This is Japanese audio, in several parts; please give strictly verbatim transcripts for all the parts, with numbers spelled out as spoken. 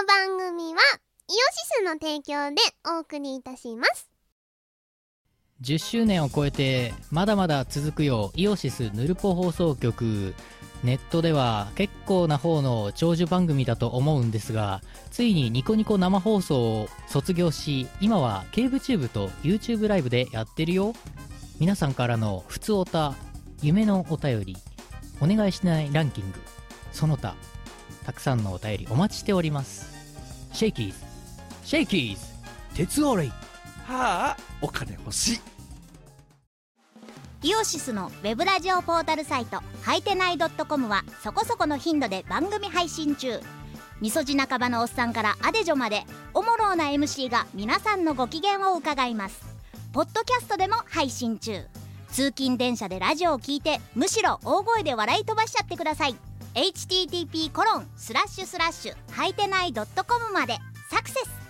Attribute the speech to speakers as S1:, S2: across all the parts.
S1: の番組はイオシスの提供でお送りいたします。
S2: じゅっしゅうねんを超えてまだまだ続くよイオシスヌルポ放送局。ネットでは結構な方の長寿番組だと思うんですが、ついにニコニコ生放送を卒業し、今はケーブチューブと YouTube ライブでやってるよ。皆さんからのふつおた、夢のお便り、お願いしないランキング、その他たくさんのお便りお待ちしております。シェイキーズシェイキーズ鉄オレイ。
S3: はあ、お金欲しい。
S4: イオシスのウェブラジオポータルサイトはいてない .com はそこそこの頻度で番組配信中。みそじ半ばのおっさんからアデジョまでおもろうな エムシー が皆さんのご機嫌を伺います。ポッドキャストでも配信中。通勤電車でラジオを聞いてむしろ大声で笑い飛ばしちゃってください。 エイチティーティーピーコロンスラッシュスラッシュはいてない .com までサクセス。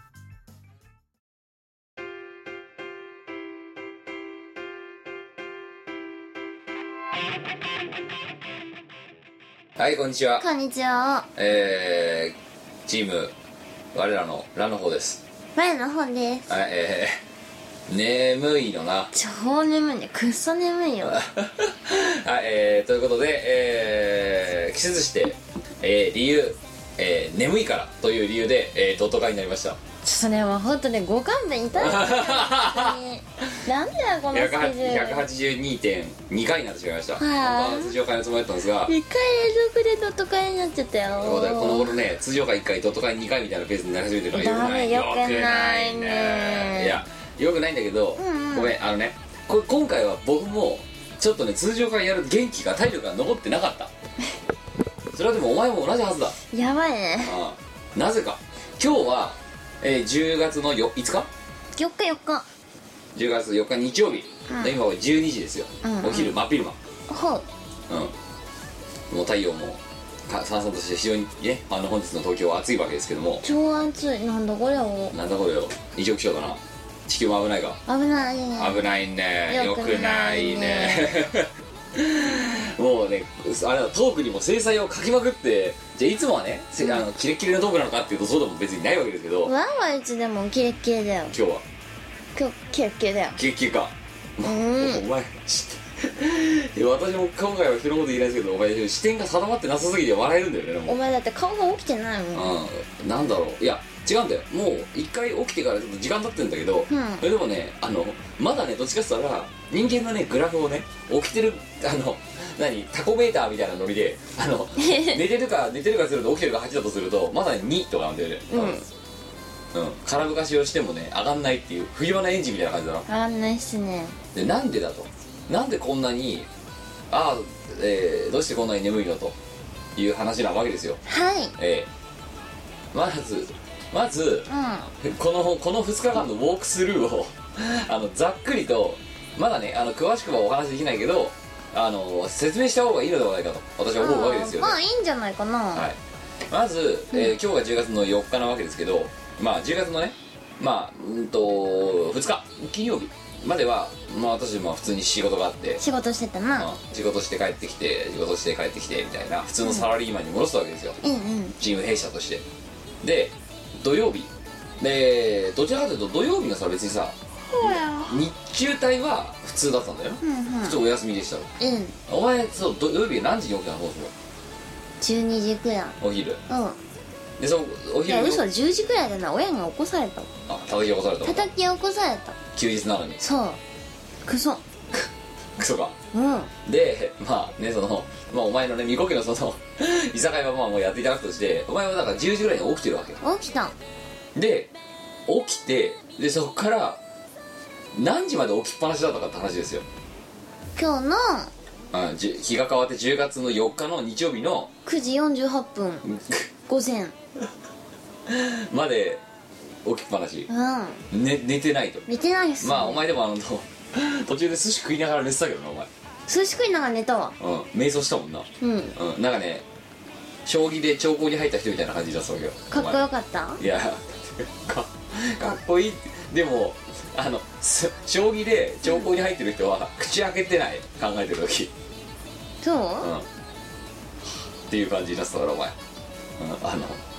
S5: はい、こんにちは。
S1: こんにちは。
S5: えー、チーム我らのラの方です。
S1: 前の本です。
S5: はい、えー、眠いのな。
S1: 超眠いね。くっそ眠いよ。
S5: はい、えー、ということで、えー、季節して、えー、理由、えー、眠いからという理由で、えー、ドット会になりました。
S1: それは本当にご勘弁いただきたい。なんだよこのスケジュール。
S5: ひゃくはちじゅうにてんにかいになってしまいました。
S1: は
S5: 本当は通常会のつもりだったんですが、
S1: いっかい連続でドット会になっちゃったよ。
S5: そうだよ、この頃ね、通常会いっかいドット会にかいみたいなペースになり始めてるのがよくない。
S1: ダメ、よくないね。
S5: いや、よくないんだけど、
S1: うんうん、
S5: ごめん、あのね、こ今回は僕もちょっとね、通常会やる元気が体力が残ってなかったそれはでもお前も同じはずだ。
S1: やばいね。
S5: ああ、なぜか今日は、えー、じゅうがつのよいつか
S1: よっかよっか
S5: じゅうがつよっか日曜日、うん、で今はじゅうにじですよ、うんうん、お昼真っ昼間。
S1: ほう、
S5: うん、もう太陽もさんさんとして非常にね、あの本日の東京は暑いわけですけども。
S1: 超暑い。なんだこれを。
S5: なんだこれよ、異常気象だな。地球も危ないか。
S1: 危ないね。
S5: 危ないね。よく
S1: よく
S5: な
S1: ない
S5: ね
S1: ね
S5: もうね、あれだ、トークにも制裁をかきまくって。じゃあいつもはね、うん、あのキレッキレのトークなのかっていうとそうでも別にないわけですけど、
S1: わーはいつでもキレッキレだよ。
S5: 今日は
S1: 今日キレッキレだよ。
S5: キレッキレか。
S1: うん
S5: お前知って私も今回は人のこと言いないですけど、お前視点が定まってなさすぎて笑えるんだよね。もう
S1: お前だって顔が起きてないもん。
S5: うん、なんだろう、いや違うんだよ。もう一回起きてからちょっと時間経ってるんだけど、うん、それでもね、あのまだね、どっちかって言ったら人間のねグラフをね、起きてるあの何タコメーターみたいなノリで、あの寝てるか寝てるかすると起きてるかはちだとするとまだねにとかなんだよね。うん、うん、空ぶかしをしてもね上がんないっていう冬場のエンジンみたいな感じだな。
S1: 上がんないっすね。
S5: でなんでだと、なんでこんなにああ、えー、どうしてこんなに眠いのという話なわけですよ。
S1: はい。
S5: えー、まずまず、うん、このこのふつかかんのウォークスルーをあのざっくりと、まだねあの詳しくはお話できないけど、あの説明した方がいいのではないかと私は思うわけですよね。
S1: まあいいんじゃないかな。
S5: はい、まず、えーうん、今日がじゅうがつのよっかなわけですけど、まあじゅうがつのね、まあうんとふつか金曜日までは、まあ、私も普通に仕事があって、
S1: 仕事してたな、
S5: まあ、仕事して帰ってきて仕事して帰ってきてみたいな普通のサラリーマンに戻すわけですよ、
S1: うんうん、
S5: チーム弊社として。で土曜日で、どちらかというと土曜日のさ別にさ日中帯は普通だったんだよ、うんうん、普通お休みでした。
S1: うん、
S5: お前そう土曜日何時に起きたの？
S1: じゅうにじくらい。
S5: お昼。
S1: うん
S5: でそお昼。
S1: いや嘘、じゅうじくらいだな。親が起こされた。
S5: あ、叩き起こされた。
S1: 叩き起こされた。
S5: 休日なのに。
S1: そうクソ
S5: クソか。
S1: うん。
S5: でまあね、そのまあお前のねみこ家のその居酒屋はまあもうやっていただくとして、お前はだからじゅうじぐらいに起きてるわけよ。
S1: 起きた。
S5: で起きて、でそこから何時まで起きっぱなしだったかって話ですよ。
S1: 今日の
S5: あ日が変わってじゅうがつのよっかの日曜日の
S1: くじよんじゅうはっぷん午前
S5: まで起きっぱなし、
S1: うん、
S5: ね、寝てないと。
S1: 寝てないっす、ね、
S5: まあお前でもあの途中で寿司食いながら寝てたけどなお前。
S1: 寿司食いながら寝たわ。
S5: うん、瞑想したもんな。
S1: うん、うん、
S5: なんかね将棋で長考に入った人みたいな感じだったわけよ。
S1: かっこよかった。
S5: いやかかっこいい。でもあの将棋で長考に入ってる人は、うん、口開けてない、考えてる時。
S1: そう、
S5: うん、っていう感じになってたからお前、うん、あの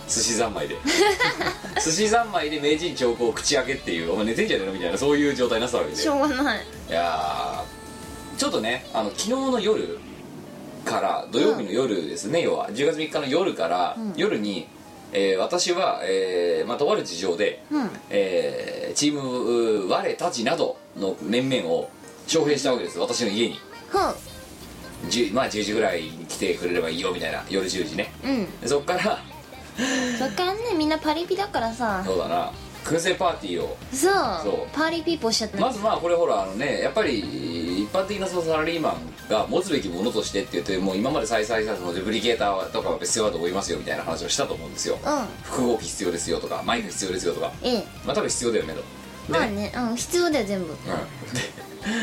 S5: 寿司三昧で寿司三昧で名人長考口開けっていう、お前寝てんじゃねえのみたいな、そういう状態になってたわけで、
S1: しょうがない。
S5: いやーちょっとね、あの昨日の夜から土曜日の夜ですね、うん、要はじゅうがつみっかの夜から、うん、夜に、えー、私は、えーまあ、とある事情で、うんえー、チーム我たちなどの面々を招聘したわけです、私の家に、うん、じゅうまあじゅうじぐらいに来てくれればいいよみたいな、夜じゅうじね、うん、でそっから
S1: そっからね、みんなパリピだからさ、
S5: そうだな、燻製パーティーを
S1: そうそうパーリーピーポーしちゃった。
S5: まずまあこれほらあのね、やっぱり一般的なそのサラリーマンが持つべきものとしてって言って、もう今まで再々さのデブリケーターとかは必要だと思いますよみたいな話をしたと思うんですよ、うん、複合機必要ですよとかマイク必要ですよとか、ええ、まあ多分必要だよねと、
S1: まあね、うん、必要だよ全部、うん 、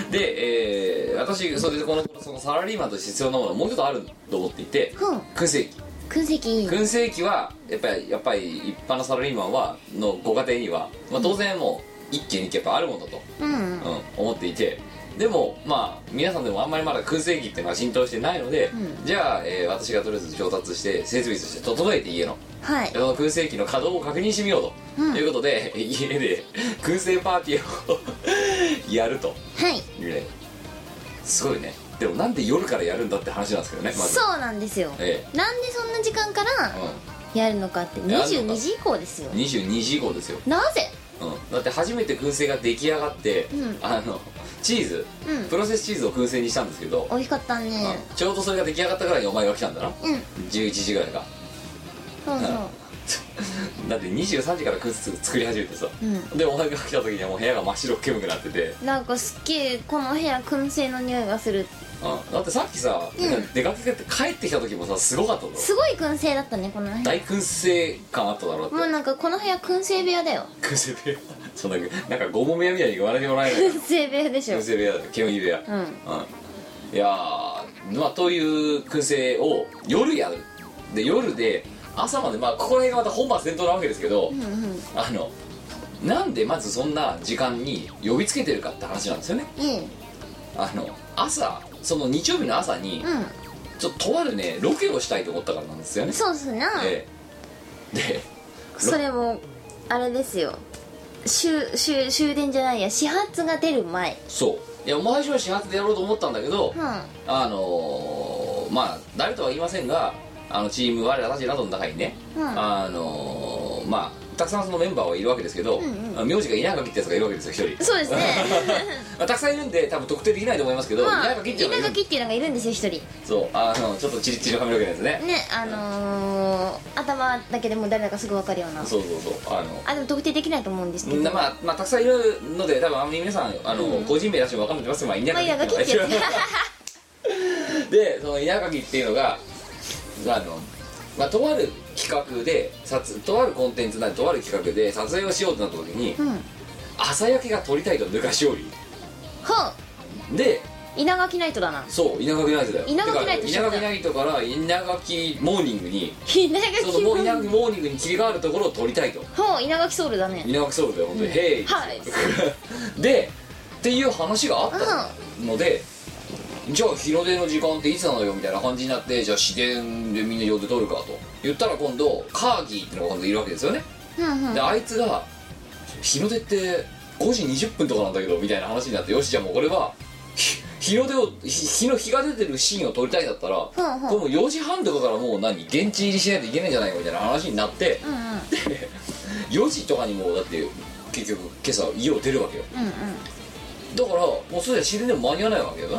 S5: で, で、えー、私それでこのそのサラリーマンとして必要なものもう一つあると思っていて、うん、燻製機
S1: 燻製機
S5: 燻製機はやっぱりやっぱり一般のサラリーマンはのご家庭には、まあ、当然もう一軒二軒やっぱあるものだと、うんうんうん、思っていて、でもまあ皆さんでもあんまりまだ燻製機っていうのは浸透してないので、うん、じゃあ、えー、私がとりあえず調達して設備として整えて家の、はい、その燻製機の稼働を確認してみようと、うん、ということで家で燻製パーティーをやると、はい、ね、すごいね。でもなんで夜からやるんだって話なんですけどね、まず
S1: そうなんですよ、ええ、なんでそんな時間からやるのかって、にじゅうにじ以降ですよ。
S5: にじゅうにじ以降ですよ。
S1: なぜ、
S5: うん、だって初めて燻製が出来上がって、うん、あのチーズ、うん、プロセスチーズを燻製にしたんですけど、
S1: 美味しかったね、
S5: うん、ちょうどそれが出来上がったぐらいにお前が来たんだな、うん、じゅういちじぐらいか、
S1: そうそう、
S5: うん、だってにじゅうさんじから燻製作り始めてさ、うん、でお前が来た時にはもう部屋が真っ白煙くなってて、
S1: なんかすっげえこの部屋燻製の匂いがする。
S5: うん、だってさっきさ、うん、出かけて帰ってきた時もさすごかったぞ。
S1: すごい燻製だったねこの部屋。
S5: 大燻製感あっただろうって。
S1: もうなんかこの部屋燻製部屋だよ。
S5: 燻製部屋そんななんか拷問部屋みたいに言われてもらえない
S1: 燻製部屋でしょ。
S5: 燻製部屋だよ、煙部屋。うん、うん、いやー、まあという燻製を夜やる。で夜で朝まで、まあここら辺がまた本末転倒なわけですけど、うんうん、あのなんでまずそんな時間に呼びつけてるかって話なんですよね。うん、あの朝その日曜日の朝に、うん、ちょっととあるねロケをしたいと思ったからなんですよね。
S1: そうですね、
S5: えー、で
S1: それもあれですよ、終, 終, 終電じゃないや、始発が出る前。
S5: そういや、最初は始発でやろうと思ったんだけど、うん、あのー、まあ誰とは言いませんが、あのチーム我らたちなどの中にね、うん、あのー、まあたくさんそのメンバーはいるわけですけど、うんうん、名字が稲垣ってやつがいるわけですよ、一人。
S1: そうですね
S5: まあたくさんいるんで多分特定できないと思いますけど、
S1: まあ、稲垣っていうのがいるんですよ、一人。
S5: そう、あのちょっとチリチリの髪の毛のやつね。
S1: ね、あのー、頭だけでも誰だかすぐ分かるような。
S5: そうそうそう、あの
S1: あでも特定できないと思うんですけど、
S5: まあ、まあたくさんいるので多分あんまり皆さんあの、うん、個人名出しても分かんないと思いますけど、まあ、稲垣ってやつで、その稲垣っていうのがあのまあ、とある企画で撮とあるコンテンツなりとある企画で撮影をしようとなった時に、うん、朝焼けが撮りたいと抜かしおり
S1: は
S5: あで
S1: 稲垣ナイトだな。
S5: そう、稲垣ナイトだよ。
S1: 稲垣ナイト
S5: 稲垣ナイトから稲垣モーニングに
S1: 稲垣
S5: モーニングに切り替わるところを撮りたいと。
S1: はあ、稲垣ソウルだね。
S5: 稲垣ソウルだよ本当に、うん、へいはいでっていう話があったので、うん、じゃあ日の出の時間っていつなのよみたいな感じになって、じゃあ市電でみんな呼んで撮るかと言ったら、今度カーギーってのが今度いるわけですよね、うんうん、であいつが日の出ってごじにじゅっぷんとかなんだけどみたいな話になって、よしじゃあもうこれは日の出を日の日が出てるシーンを撮りたいだったら、うんうん、これもうよじはんとかからもう何現地入りしないといけないんじゃないかみたいな話になって、うんうん、でよじとかにもだって結局今朝家を出るわけよ、うんうん、だからもうそれじゃ市電でも間に合わないわけよな、うん、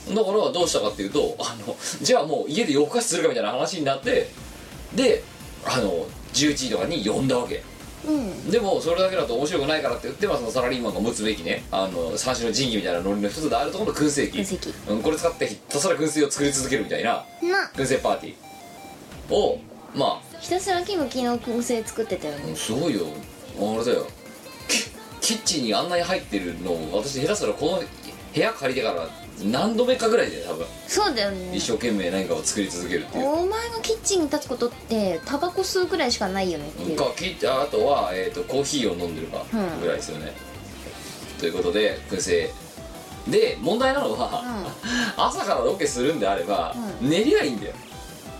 S5: だからどうしたかっていうと、あのじゃあもう家で夜更かしするかみたいな話になって、であのじゅういちじとかに呼んだわけ、うん、でもそれだけだと面白くないからって言って、まあ、そのサラリーマンが持つべきね、あの三種の神器みたいなノリの一つであるところの燻製機、うん、これ使ってひたすら燻製を作り続けるみたいな燻製パーティーを、まあ
S1: ひたすらキム昨日燻製作ってたよね。
S5: すごいよ、あれだよ、キッチンにあんなに入ってるのを私下手したらこの部屋借りてから何度目かぐらいで多分
S1: そうだよね、
S5: 一生懸命何かを作り続けるっていう。
S1: お前がキッチンに立つことってタバコ吸うくらいしかないよねっていう
S5: か、あとは、えー、とコーヒーを飲んでるかぐらいですよね、うん、ということで燻製で問題なのは、うん、朝からロケするんであれば、うん、寝りゃいいんだよ。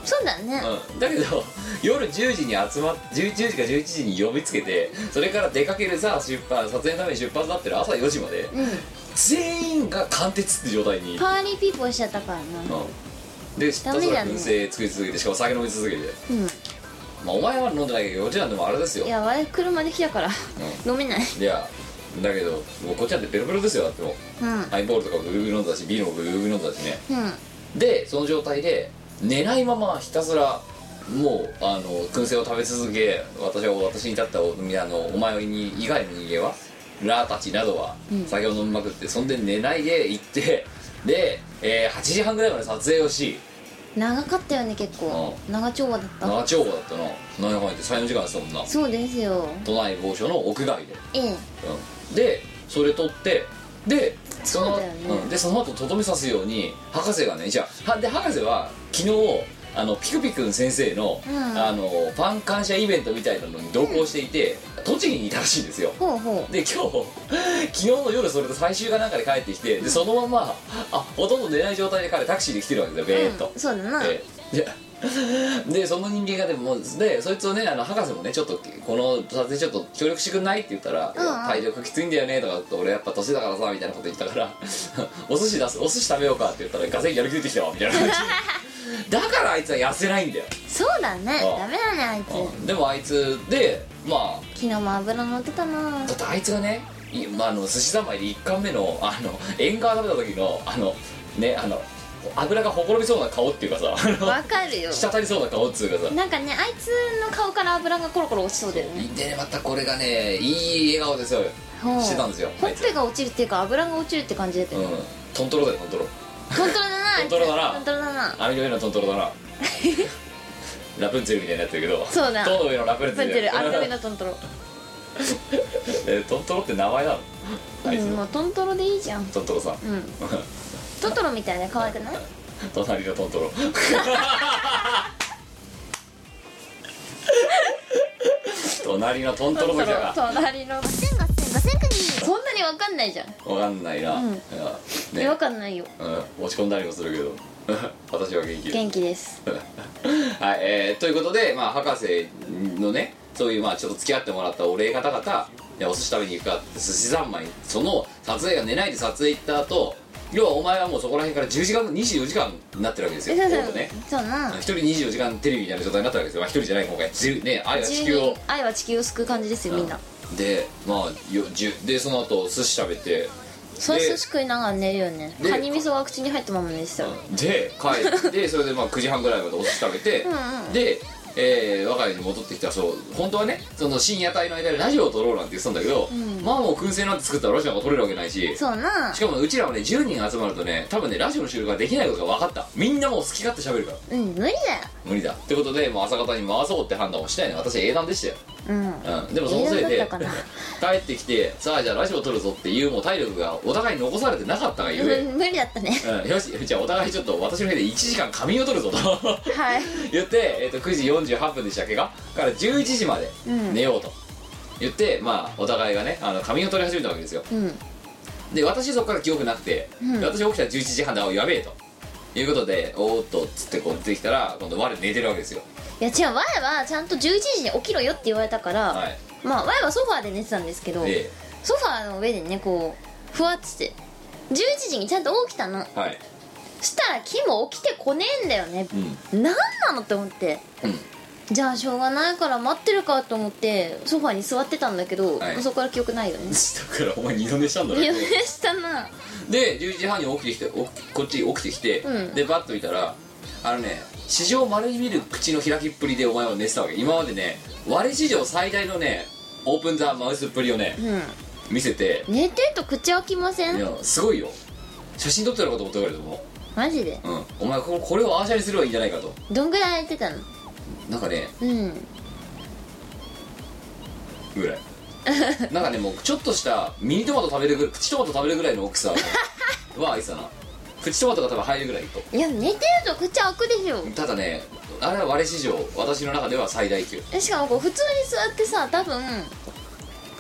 S1: そうだね、
S5: うん、だけど夜じゅうじに集まっじゅうじかじゅういちじに呼びつけて、それから出かけるさ出発撮影のために出発になってる朝よじまで、
S1: うん、
S5: 全員が貫徹って状態に、
S1: パーリーピーポーしちゃったからな。
S5: うん、でひたすら
S1: ダメだね
S5: 燻製作り続けて、しかも酒飲み続けて、
S1: うん、
S5: まあお前は飲んでないけどよじなんでもあれですよ。
S1: いや我車で来たから
S5: う
S1: 飲めない。
S5: いやだけどもうこっちなんてベロベロですよ。だってもう
S1: うん
S5: ハイボールとかブルブル飲んだし、ビールもブルブル飲んだしね。
S1: うん
S5: でその状態で寝ないままひたすらもうあの燻製を食べ続け、私は私に至ったおあのお前に以外の人間はラーたちなどは酒を飲みまくって、うん、そんで寝ないで行ってで、えー、はちじはんぐらいまで撮影をし、
S1: 長かったよね結構、うん、長丁場だった
S5: 長丁場だったな。何やかんやってさんよじかんやってたもんな。
S1: そうですよ。
S5: 都内某所の屋外で、
S1: ええ、
S5: うん、でそれ撮ってでその
S1: そうだよね、
S5: うん、でその後とどめさすように博士がね、じゃあはで博士は昨日あのピクピクン先生の、うん、あのファン感謝イベントみたいなのに同行していて、うん、栃木にいたらしいんですよ。
S1: ほうほう。
S5: で今日昨日の夜それと最終かなんかで帰ってきて、でそのままあほとんど寝ない状態で彼タクシーで来てるわけですよ、ベーっと、
S1: うん、そうだな、
S5: えー、ででその人間がでもでそいつをね、あの博士もねちょっとこの撮影ちょっと協力してくんないって言ったら、うんうん、体力きついんだよねとかって、俺やっぱ年だからさみたいなこと言ったからお寿司出す、お寿司食べようかって言ったらガセンやる気出てきたわみたいな感じだからあいつは痩せないんだよ。
S1: そうだね、ダメだねあいつ。
S5: でもあいつでまあ
S1: 昨日も油乗ってたな。
S5: だってあいつがね、い、まあ、あの寿司三昧でいっかんめのあの縁側食べた時のあのねあの油がほころびそうな顔っていうかさ、
S1: わかるよ、
S5: 滴りそうな顔っていうかさ、
S1: なんかねあいつの顔から油がコロコロ落ちそうだよね。
S5: でねまたこれがねいい笑顔ですよしてたんですよ。
S1: ほっぺが落ちるっていうか油が落ちるって感じだったよね、
S5: うん、トントロだよトントロ
S1: トントロだな
S5: トントロだな
S1: トントロだな
S5: 網の上のトントロだなラプンツェルみたいになってるけど、
S1: そうだ、
S5: 塔の上のラプンツェル、
S1: プンツェル、網の上のトントロ
S5: えトントロって名前なの？あいつ
S1: うん、もうトントロでいいじゃん。
S5: トントロさん、
S1: うんトトロみたいで可愛くない？
S5: 隣のトントロ隣のトントロときたか。
S1: 隣の
S4: ガセンガセンガセンクニー。
S1: そんなにわかんないじゃん。
S5: わかんないな、
S1: うん
S5: いや
S1: え
S5: ね、
S1: わかんないよ。
S5: うん、落ち込んだりもするけど私は元気です。
S1: 元気です
S5: はい、えー、ということで、まあ、博士のねそういうまあちょっと付き合ってもらったお礼方々、いやお寿司食べに行くかって寿司三昧、その撮影が寝ないで撮影行った後、要はお前はもうそこら辺からじゅうじかんにじゅうよじかんになってるわけですよ。
S1: そう
S5: ちょうどね
S1: そうな
S5: 一人にじゅうよじかんテレビみたいな状態になったわけですよ。まあ一人じゃない今回じゅうね、愛は地球を、
S1: 愛は地球を救う感じですよみんな。
S5: でまあよじゅでその後寿司食べて、
S1: それ寿司食いながら寝るよね。
S5: で
S1: カニ味噌が口に入ったまま寝てたよ。
S5: で帰ってそれでまあくじはんぐらいまでお寿司食べて
S1: うんうん
S5: で、えー、我が家に戻ってきたら、そう本当はねその深夜帯の間でラジオを撮ろうなんて言ってたんだけど、
S1: うん
S5: まあもう燻製なんて作ったらラジオが撮れるわけないし、
S1: そうな
S5: しかもうちらはねじゅうにん集まるとね多分ねラジオの収録ができないことが分かった。みんなもう好き勝手喋るから
S1: うん無理だよ。
S5: 無理だってことでもう朝方に回そうって判断をしたよね。私英断でしたよ。
S1: うん
S5: うん、でもそのせい
S1: 英
S5: で
S1: 断だったか
S5: 帰ってきてさあじゃあラジオ撮るぞっていうもう体力がお互いに残されてなかったがゆえ、
S1: うん無理だったね
S5: うん、よしじゃあお互いちょっと私の部屋でいちじかん仮眠を取るぞと
S1: はい
S5: 言って、えー、とくじよんじゅうはっぷんでしたっけがからじゅういちじまで
S1: うん
S5: 寝ようと言って、まあお互いがねあの仮眠を取り始めたわけですよ。
S1: うん
S5: で私そこから記憶なくて、
S1: うん
S5: で私起きたらじゅういちじはんであやべえということでおーっとっつってこう出てきたら今度我寝てるわけですよ。
S1: いや違う、我はちゃんとじゅういちじに起きろよって言われたから、
S5: はい
S1: まあ我はソファーで寝てたんですけど、
S5: で
S1: ソファーの上でねこうふわっつってじゅういちじにちゃんと起きたの。
S5: はい
S1: したらキも起きてこねえんだよね、
S5: うん
S1: なんなのって思って、
S5: うん
S1: じゃあしょうがないから待ってるかと思ってソファーに座ってたんだけど、
S5: はい
S1: そこから記憶ないよね。
S5: だからお前二度寝したんだろ
S1: 見逃したな。
S5: でじゅういちじはんに起きてきておこっち起きてきて、
S1: うん
S5: でバッと見たらあのね史上まれに見る口の開きっぷりでお前は寝てたわけ。今までね我史上最大のねオープンザマウスっぷりをね
S1: う
S5: 見せて、
S1: ん寝てると口開きません？
S5: いやすごいよ。写真撮ってるかと思ったぐらいでも
S1: マジで？
S5: うんお前これこれをアーシャにすればいいんじゃないかと。
S1: どんぐらい寝てたの？
S5: なんかね
S1: うん
S5: ぐらいなんかねもうちょっとしたミニトマト食べるぐらいプチトマト食べるぐらいの大きさはあいつだな。プチトマトが多分入るぐらいと。
S1: いや寝てると口開くでしょ。
S5: ただねあれは我史上私の中では最大級。
S1: えしかもこう普通に座ってさ多分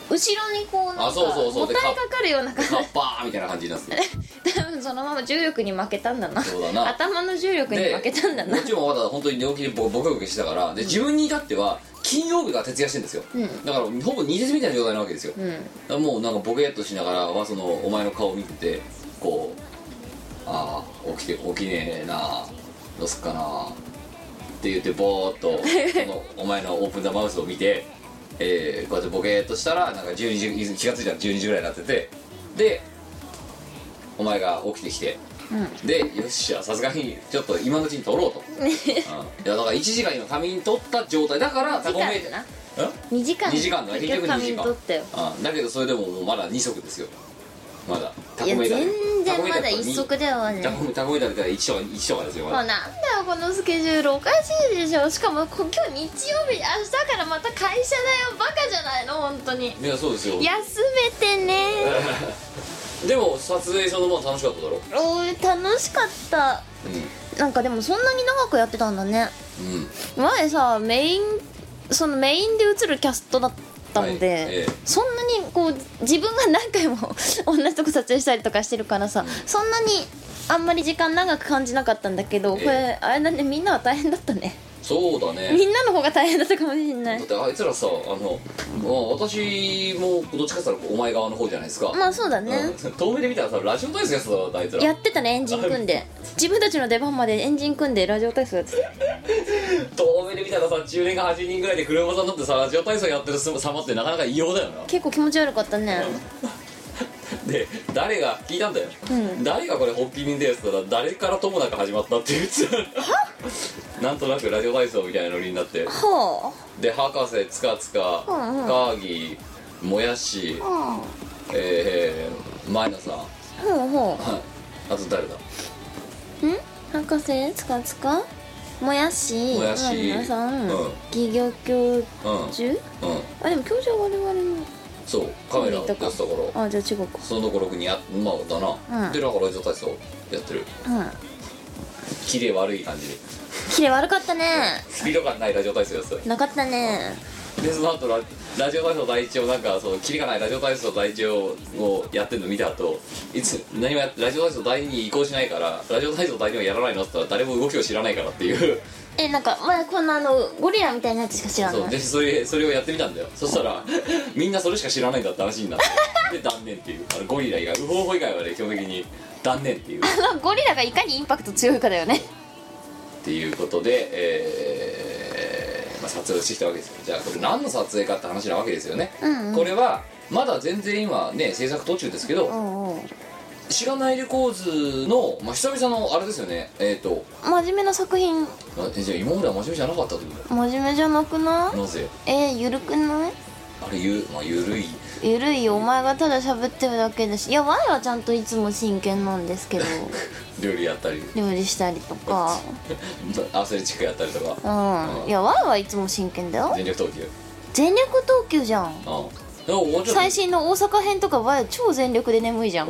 S1: 後ろにこうなんか
S5: あそうそうそう
S1: もたれかかるような感じ
S5: カッパーみたいな感じになって
S1: 多分そのまま重力に負けたんだな。
S5: そうだな
S1: 頭の重力に負けたんだな。
S5: もちろんまだ本当に寝起きでボボケボケしてたからで自分に至っては金曜日から徹夜してるんですよ、
S1: うん、
S5: だからほぼ二徹みたいな状態なわけですよ、
S1: うん、
S5: だからもうなんかボケっとしながら、まあ、そのお前の顔を見ててこうああ起きて起きねえなどうすっかなって言ってぼーっとそのお前のオープンザマウスを見て、えー、こうやってボケっとしたらなんかじゅうにじ気がついたらじゅうにじぐらいになっててでお前が起きてきて、うん、でよっしゃさすがにちょっと今のうちに撮ろうと、うん、いやだからいちじかん今仮眠取った状態だからタコメーター
S1: にじかん
S5: にじかんだ結局にじかん
S1: 取ったよ、
S5: うん、だけどそれでももうまだに足ですよまだタ
S1: いや
S5: コメーター
S1: 全然まだ一足ではね
S5: タコメタコメーターだったらいちとかいちとかですよまだ
S1: もうなんだよこのスケジュールおかしいでしょ。しかもこ今日日曜日、明日からまた会社だよ。バカじゃないの本当に。
S5: いやそうですよ
S1: 休めてね
S5: でも撮影そのまま楽しかっただろ
S1: おい楽しかった、うん、なんかでもそんなに長くやってたんだね、うん、前さメインそのメインで映るキャストだったので、はいええ、そんなにこう自分が何回も同じとこ撮影したりとかしてるからさ、うん、そんなにあんまり時間長く感じなかったんだけど、ええ、これあれだねみんなは大変だったね。
S5: そうだね
S1: みんなの方が大変だったかもしれない。
S5: だってあいつらさあの、まあ、私もどっちかって言ったらお前側の方じゃないですか。
S1: まあそうだね、
S5: うん、遠目で見たらさラジオ体操やってただあいつら
S1: やってたね。エンジン組んで自分たちの出番までエンジン組んでラジオ体操やって
S5: た遠目で見たらさ中年がはちにんぐらいで車さん乗ってさラジオ体操やってる様ってなかなか異様だよな。
S1: 結構気持ち悪かったね
S5: で誰が聞いたんだよ、うん、誰がこれホッピーミンでやってたら誰からともなく始まったっていうなんとなくラジオ体操みたいなノリになってはあで博士つかつか、うんうん、カーギーもやし、はあ、えー、マイナさんほうほうあと誰だ
S1: ん博士つかつかもやし
S5: もやし
S1: マイナさん、うん、技業教授、うんうん、あでも教授は我々の
S5: そうカメラやってたから
S1: あじゃあ違うか
S5: そのところにやまあだな、うん、でだからラジオ体操やってるうんキレ悪い感じで
S1: キレ悪かったね
S5: スピード感ないラジオ体操やってた
S1: なかったね
S5: でその後ララジオ体操第一をなんかそのキレがないラジオ体操第一をやってるの見た後いつ何もやってラジオ体操第二に移行しないからラジオ体操第二はやらないのって言ったら誰も動きを知らないからっていう
S1: えなんか前こんなあのゴリラみたいなやつしか知らない
S5: そうでそれそれをやってみたんだよそしたらみんなそれしか知らないんだって話になってで断念っていうあのゴリラ以外ウホウホ以外はね基本的に断念っていう
S1: あのゴリラがいかにインパクト強いかだよね
S5: っていうことで、えーまあ、撮影をしてきたわけですよ。じゃあこれ何の撮影かって話なわけですよね、うんうん、これはまだ全然今ね制作途中ですけど、うんうんしがないレコーズの、まあ、久々のあれですよねえっ、ー、と
S1: 真面目な作品
S5: えじゃあ今までは真面目じゃなかったってこと
S1: 真面目じゃなくない
S5: なぜ
S1: えー、ゆるくない
S5: あれゆ,、まあ、ゆるい
S1: ゆるいよお前がただ喋ってるだけだしいやワイはちゃんといつも真剣なんですけど
S5: 料理やったり
S1: 料理したりとか
S5: アスレチックやったりとか
S1: うん、うん、いやワイはいつも真剣だよ
S5: 全力投球
S1: 全力投球じゃんあ最新の大阪編とかは超全力で眠いじゃん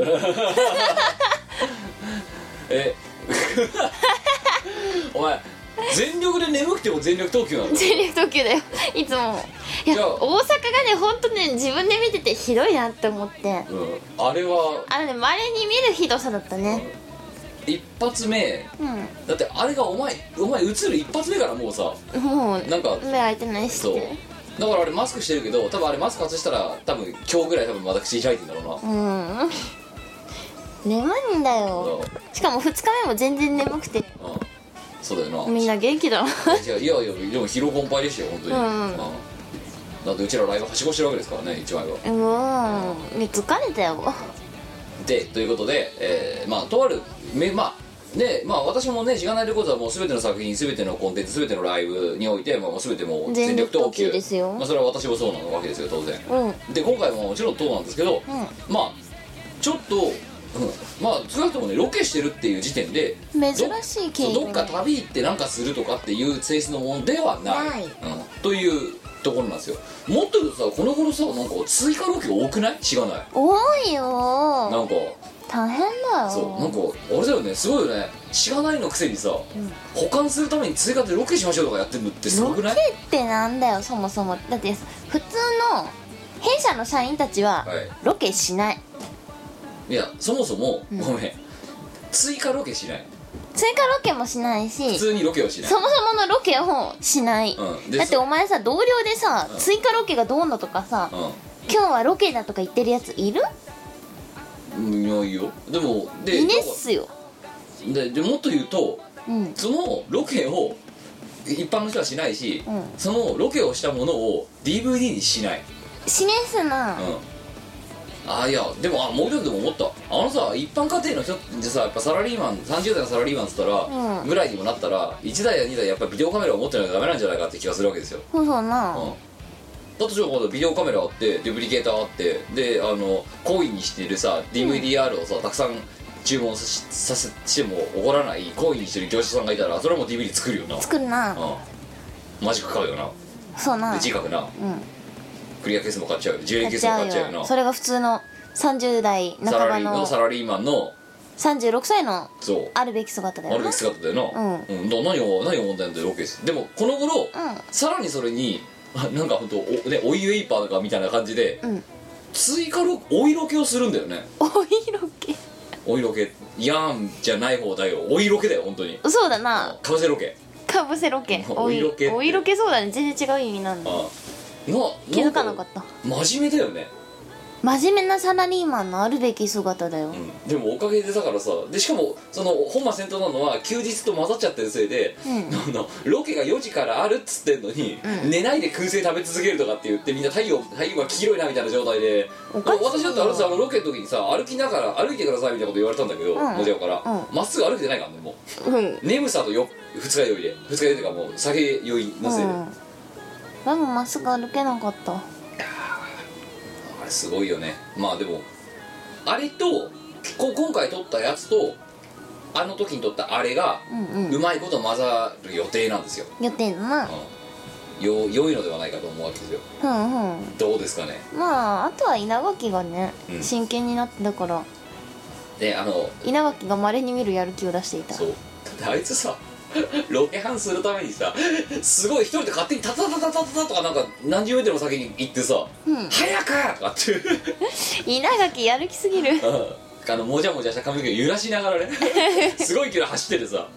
S5: えお前全力で眠くても全力投球なの
S1: 全力投球だよいつもいや大阪がねほんとね自分で見ててひどいなって思って、
S5: うん、あれは
S1: あれね稀に見るひどさだったね、
S5: うん、一発目、うん、だってあれがお前お前映る一発目からもうさ
S1: もう
S5: なんか
S1: 目開いてないし
S5: そうだからあれマスクしてるけど多分あれマスク外したら多分今日ぐらい多分また口開いてんだろう
S1: なうん眠いんだよしかもふつかめも全然眠くて、うん、
S5: そうだよな
S1: みんな元気だない
S5: やいやいやでも疲労困憊でしたよ本当に、うんうん、だってうちらライブはしごしてるわけですからね一枚は
S1: うん疲れたよ
S5: でということで、えー、まあとあるめまあでまあ私もねしがないレコードはもう全ての作品全てのコンテンツ全てのライブにおいて、まあ、もう全てもう全力投球
S1: ですよ、
S5: まあ、それは私もそうなわけですよ当然、うん、で今回ももちろんそうなんですけど、うん、まあちょっと、うん、まあ少なくともねロケしてるっていう時点で
S1: 珍しい経緯、
S5: ね、どっか旅行ってなんかするとかっていう性質のものではない、ない、うん、というところなんですよ。もっと言うとさこの頃さなんか追加ロケ多くない？しがない
S1: 多いよ
S5: なんか
S1: 大変だよ
S5: そうなんかあれだよねすごいよねしがないのくせにさ、うん、保管するために追加でロケしましょうとかやってるのってすごくない？
S1: ロケってなんだよそもそもだって普通の弊社の社員たちは
S5: はい
S1: ロケしない、
S5: いやそもそも、
S1: うん
S5: ごめん追加ロケしない、
S1: 追加ロケもしないし
S5: 普通にロケをしない。
S1: そもそものロケをしない、
S5: うんで
S1: だってお前さ同僚でさ、
S5: うん
S1: 追加ロケがどうのとかさ、
S5: う
S1: 今日はロケだとか言ってるやついる？
S5: んいやいいよ。でもで
S1: いねっすよ。
S5: ででもっと言うと
S1: うん
S5: そのロケを一般の人はしないし、
S1: うん
S5: そのロケをしたものを ディーブイディー にしない。
S1: しねっすな、
S5: うんあいやでもあもう一つでも思った。あのさ一般家庭の人ってさやっぱサラリーマンさんじゅう代のサラリーマンっつったら、
S1: うん
S5: ぐらいにもなったらいちだいやにだいやっぱビデオカメラを持ってないとダメなんじゃないかって気がするわけですよ。
S1: そうそうな、
S5: うんだとしょうがビデオカメラあってデュプリケーターあってであのコインにしてるさ ディーブイディーアール をさたくさん注文さしさせしても怒らないコインにしてる業者さんがいたらそれはもう ディーブイディー 作るよな。
S1: 作るな、
S5: うんマジック買うよな。
S1: そうな、
S5: で字書くな。
S1: うん
S5: クリアケースも買っちゃうよ。充電ケースも買っちゃうよな。
S1: それが普通のさんじゅう代半
S5: サラ
S1: ばの
S5: リーのサラリーマンの
S1: さんじゅうろくさいの
S5: そう
S1: あるべき姿だよな。
S5: あるべき姿だよな。
S1: うん
S5: うん、だ何を何を問題なんだよロケです。でもこの頃、
S1: う
S5: さらにそれにあなんか本当おねオイウェイパーとかみたいな感じで、
S1: んうん
S5: 追加ロお色気をするんだよね。
S1: お色気
S5: お色気やんじゃない方だよ。お色気だよ本当に。
S1: そうだな、
S5: かぶせロケ。
S1: かぶせロケ
S5: お色気って
S1: お色気そうだね、全然違う意味なんだ。
S5: あな
S1: 気づかなかった。
S5: 真面目だよね。
S1: 真面目なサラリーマンのあるべき姿だよ、
S5: うん、でもおかげでだからさでしかもその本末転倒なのは休日と混ざっちゃってるせいで、
S1: うん
S5: あのロケがよじからあるっつってんのに、
S1: うん
S5: 寝ないで燻製食べ続けるとかって言ってみんな太陽太陽が黄色いなみたいな状態で
S1: おかしいよ
S5: 私だってあのさあのロケの時にさ歩きながら歩いてくださいみたいなこと言われたんだけど、
S1: うん
S5: もじゃから
S1: うん
S5: ま、っすぐ歩いてないからねも
S1: うんうん
S5: う眠さとよ二日酔いで二日酔いというかもう酒酔いのせいで、
S1: でもまっすぐ歩けなかった。
S5: あれすごいよね。まあでもあれとこ今回撮ったやつとあの時に撮ったあれが
S1: うんうん
S5: うまいこと混ざる予定なんですよ、
S1: 予定だな。
S5: うん、よ良いのではないかと思うわけですよ。
S1: うんうん
S5: どうですかね。
S1: まああとは稲垣がね、
S5: うん
S1: 真剣になってたから
S5: であの
S1: 稲垣が稀に見るやる気を出していた。
S5: そうだってあいつさロケハンするためにさすごい一人で勝手にタタタタタタとかなんか何十メートルも先に行ってさ「
S1: うん
S5: 早く!」とかって
S1: 稲垣やる気すぎる。
S5: うんあのもじゃもじゃした髪の毛を揺らしながらねすごい勢いで走っててさ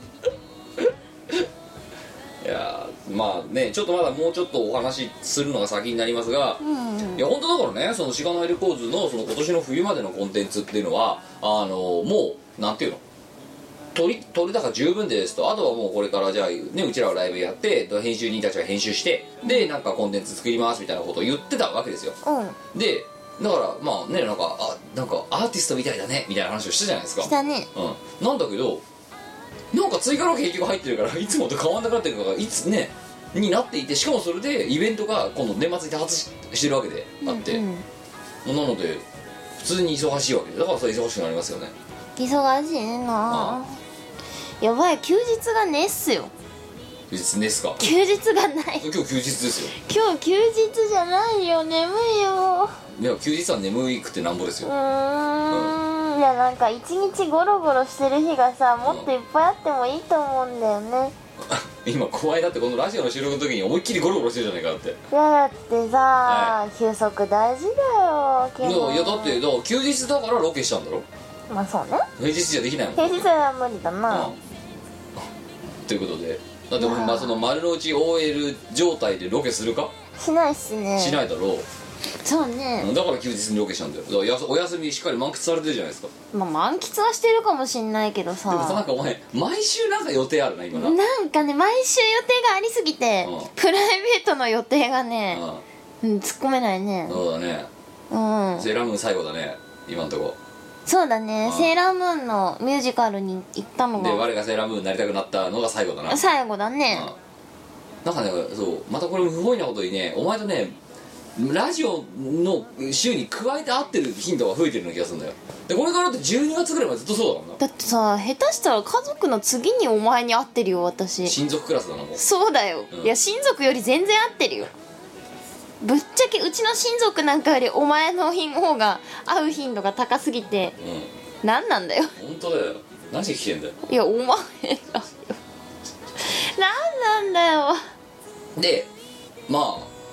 S5: いやーまあねちょっとまだもうちょっとお話しするのが先になりますが、
S1: うんうん
S5: いや本当だからねそのしがないレコーズのその今年の冬までのコンテンツっていうのはあのもうなんていうの取り取れ高十分ですと。あとはもうこれからじゃあねうちらはライブやって編集人たちが編集してでなんかコンテンツ作りますみたいなことを言ってたわけですよ。
S1: うん
S5: でだからまあねなんかあなんかアーティストみたいだねみたいな話をしたじゃないですか。
S1: したね。
S5: うん、なんだけどなんか追加ロケ結局入ってるからいつもと変わんなくなってるからいつねになっていてしかもそれでイベントが今度年末に多発ししてるわけであって、
S1: うんうん
S5: なので普通に忙しいわけでだからそれ忙しくなりますよね。
S1: 忙しいな。やばい、休日がねっすよ。
S5: 休日ですか。
S1: 休日がない
S5: 今日休日ですよ。
S1: 今日休日じゃないよ、眠いよ。
S5: いや休日は眠くてなんぼです
S1: う
S5: よ。
S1: ーん、いやなんか一日ゴロゴロしてる日がさもっといっぱいあってもいいと思うんだよね。
S5: 今怖いだってこのラジオの収録の時に思いっきりゴロゴロしてるじゃないかって。
S1: いやだってさ、
S5: は
S1: 休息大事だよ基
S5: いや
S1: 本。
S5: いやだってだから休日だからロケしたんだろ。
S1: まあそうね、
S5: 平日じゃできないもん。
S1: 平日は無理だな。
S5: うんということでだって
S1: いやー
S5: まあその丸の内 オーエル 状態でロケするか、
S1: しないっすね。
S5: しないだろう。
S1: そうね、
S5: だから休日にロケしたんだよ。だからやすお休みしっかり満喫されてるじゃないですか。
S1: まあ満喫はしてるかもしんないけどさ、
S5: でもさなんかお前毎週なんか予定あるな今な。
S1: なんかね毎週予定がありすぎて、
S5: うん
S1: プライベートの予定がね、
S5: う
S1: うん、突っ込めないね
S5: ん、。そうだね。
S1: うん、
S5: セーラームーン最後だね今んとこ。
S1: そうだね、
S5: うん
S1: セーラームーンのミュージカルに行ったの
S5: で
S1: が
S5: 我がセーラームーンになりたくなったのが最後だな。
S1: 最後だね。
S5: うん、なんかねそうまたこれ不本意なことにねお前とねラジオの週に加えて会ってる頻度が増えてるような気がするんだよ。でこれからってじゅうにがつぐらいまでずっとそうだからな。
S1: だってさ下手したら家族の次にお前に会ってるよ私。
S5: 親族クラスだなもう。
S1: そうだよ、
S5: うん
S1: いや親族より全然会ってるよ。ぶっちゃけうちの親族なんかよりお前の方が会う頻度が高すぎて
S5: うん
S1: 何なんだよ。
S5: 本当だよ。何してきてんだよ。
S1: いやお前らよ何なんだよ。
S5: でまあ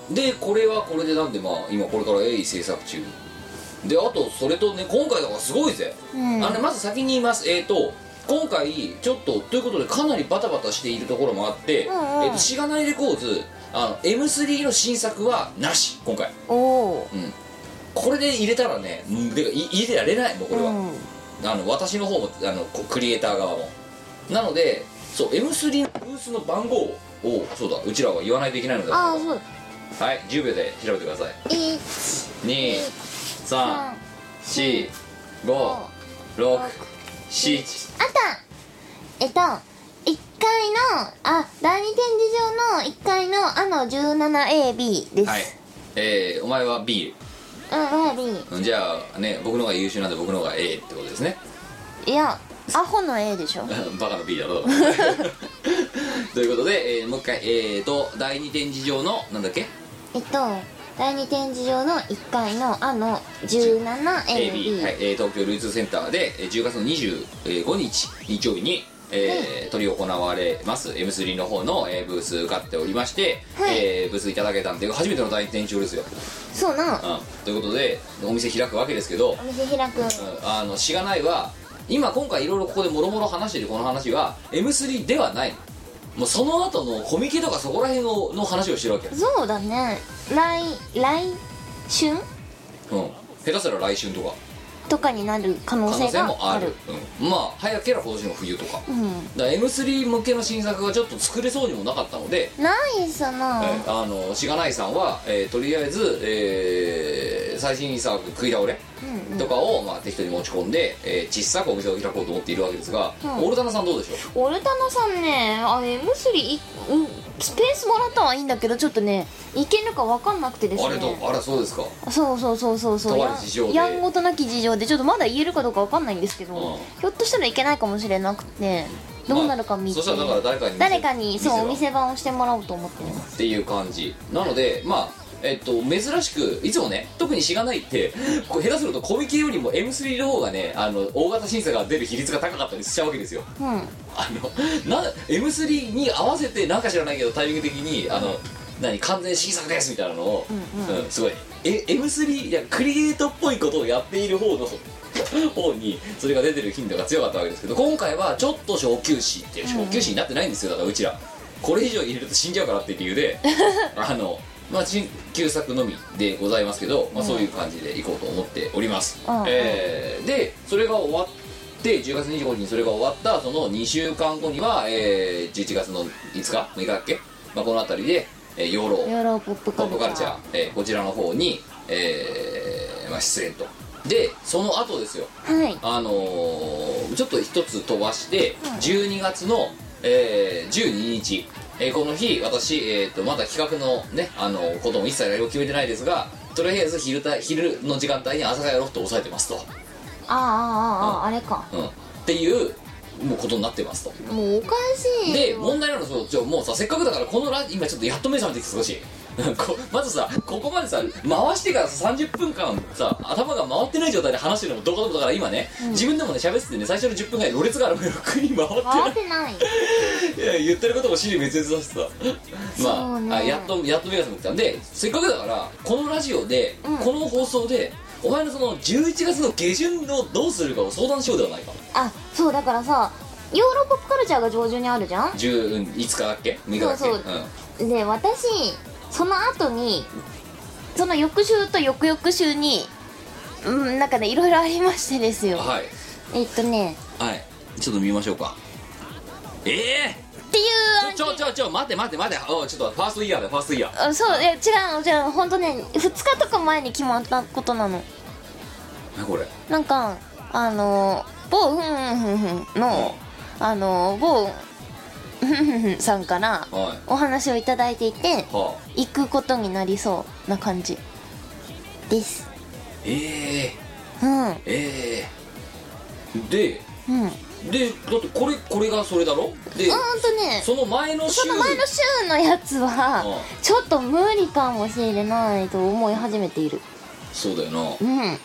S5: でこれはこれでなんでまあ今これから鋭意制作中で、あとそれとね今回だからすごいぜ、うん、あのねまず先に言います。えっ、ー、と今回ちょっとということでかなりバタバタしているところもあって、うんうん、えーとしがないレコーズあの エムスリー の新作はなし今回。
S1: おお、
S5: うん、これで入れたらねでか入れてられないもうこれは、うん、あの私の方もあのクリエイター側もなので、そう エムスリー のブースの番号をそうだうちらは言わないといけないので、
S1: ああそう
S5: だ、はいじゅうびょうで調べてください。いちにさんしごろくしち
S1: あったえっといっかいのあだいに展示場のいっかいのあの じゅうななエービー です。
S5: はい、えー、お前は B。
S1: うん、俺は
S5: B。 じゃあね僕の方が優秀なんで僕の方が A ってことですね。
S1: いやアホの A でしょ
S5: バカの B だろということで、えー、もう一回えーとだいに展示場のなんだっけ
S1: えっとだいに展示場のいっかいのあの じゅうななエービー、
S5: はい、えー、東京ルーツセンターでじゅうがつのにじゅうごにち日曜日にえー、執り行われます エムスリー の方の、えー、ブース受かっておりまして、はい、えー、ブースいただけたんで初めての大展示場ですよ。
S1: そうな、うん、
S5: ということでお店開くわけですけど、
S1: お店開く、うん、
S5: あのしがないは今今回いろいろここでもろもろ話しているこの話は エムスリー ではない、もうその後のコミケとかそこら辺のの話をしてるわけ。
S1: そうだね、来来春、うん、
S5: 下手したら来春とか
S1: とかになる可能性がある。可能性もある、
S5: うん、まあ早ければ今年の冬とか、うん、だから エムスリー 向けの新作がちょっと作れそうにもなかったので、
S1: ないさな、
S5: えー、あのしがないさんは、えー、とりあえず、えー、最新作食い倒れ、うんうん、とかを、まあ、適当に持ち込んで、えー、小さくお店を開こうと思っているわけですが、うん、オルタナさんどうでしょう。
S1: オルタナさんね、あ エムスリー、うん、スペースもらったはいいんだけどちょっとねいけるか分かんなくてですね。
S5: あれとあれそうですか。
S1: そうそうそうそうそう、ややんごとなき事情でちょっとまだ言えるかどうか分かんないんですけど、うん、ひょっとしたらいけないかもしれなくてどうなるか見て、
S5: まあ、そしたらだから誰かに
S1: 誰かにそうお店番をしてもらおうと思ってます
S5: っていう感じなので、まあえっと珍しくいつもね特にしがないってこう下手するとコミケよりも エムスリー の方がねあの大型審査が出る比率が高かったりしちゃうわけですよ、うん、あのな エムスリー に合わせてなんか知らないけどタイミング的にあの何完全新作ですみたいなのを、うんうんうん、すごいえ エムスリー いやクリエイトっぽいことをやっている方の方にそれが出てる頻度が強かったわけですけど、今回はちょっと小休止っていう小休止になってないんですよ。だからうちらこれ以上入れると死んじゃうからっていう理由であのまあ新旧作のみでございますけど、まあ、そういう感じでいこうと思っております、うんえー、でそれが終わってじゅうがつにじゅうごにちにそれが終わったそのにしゅうかんごには、えー、じゅういちがつのいつかむいかだっけ、まあ、この辺りでえー、養老
S1: 養老ポップカルチャー、
S5: カルチャーえー、こちらの方に、えーまあ、出演と。でその後ですよ、
S1: はい、
S5: あのー、ちょっと一つ飛ばして、うん、じゅうにがつの、えー、じゅうににち、えー、この日私、えー、とまだ企画のねあのー、ことも一切何も決めてないですがとりあえず 昼, た昼の時間帯に朝霞ロフトを抑えてますと。
S1: ああああああ、うん、あれか、
S5: うん、っていうもうことになってますと。
S1: もうおかしい
S5: で問題なのはそうもうさせっかくだからこのラ今ちょっとやっと目覚めてきて少しまずさここまでさ回してからささんじゅっぷんかんさ頭が回ってない状態で話してるのもどうかどうかだから今ね、うん、自分でもね喋っててね最初のじゅっぷんぐらいろれつがあるのよくに回ってない
S1: 回ってない
S5: いや言ってることも尻滅裂だしさまあ、ね、あやっとやっと目が覚めてきたんでせっかくだからこのラジオで、うん、この放送でお前のそのじゅういちがつの下旬のどうするかを相談しようではないか。
S1: あそうだからさヨーロッパカルチャーが上旬にあるじゃん。
S5: じゅういつかだっけむいかだっけ。そうそう、
S1: うん、で私その後にその翌週と翌々週にうんなんかねいろいろありましてですよ。
S5: はい
S1: えっとね
S5: はいちょっと見ましょうか。ええー、
S1: っていう
S5: ちょちょちょちょ待って待って待っておちょっとファーストイヤーだファーストイヤー。
S1: そういや違う違う本当ねふつかとか前に決まったことなの。
S5: 何これ
S1: なんかあの某ふんふんふんの、うん、あの某ふんふんふんさんからお話をいただいていて、はい、行くことになりそうな感じです。
S5: え
S1: えー、うん
S5: ええー、で、
S1: うん
S5: でだってこれこれがそれだろで
S1: うんとね
S5: その前の週
S1: その前の週のやつはちょっと無理かもしれないと思い始めている。
S5: そうだよな。
S1: うん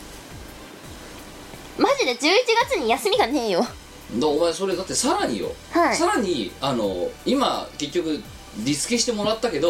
S1: マジでじゅういちがつに休みがねえよ。
S5: だお前それだってさらによ、はい、さらにあの今結局リスケしてもらったけど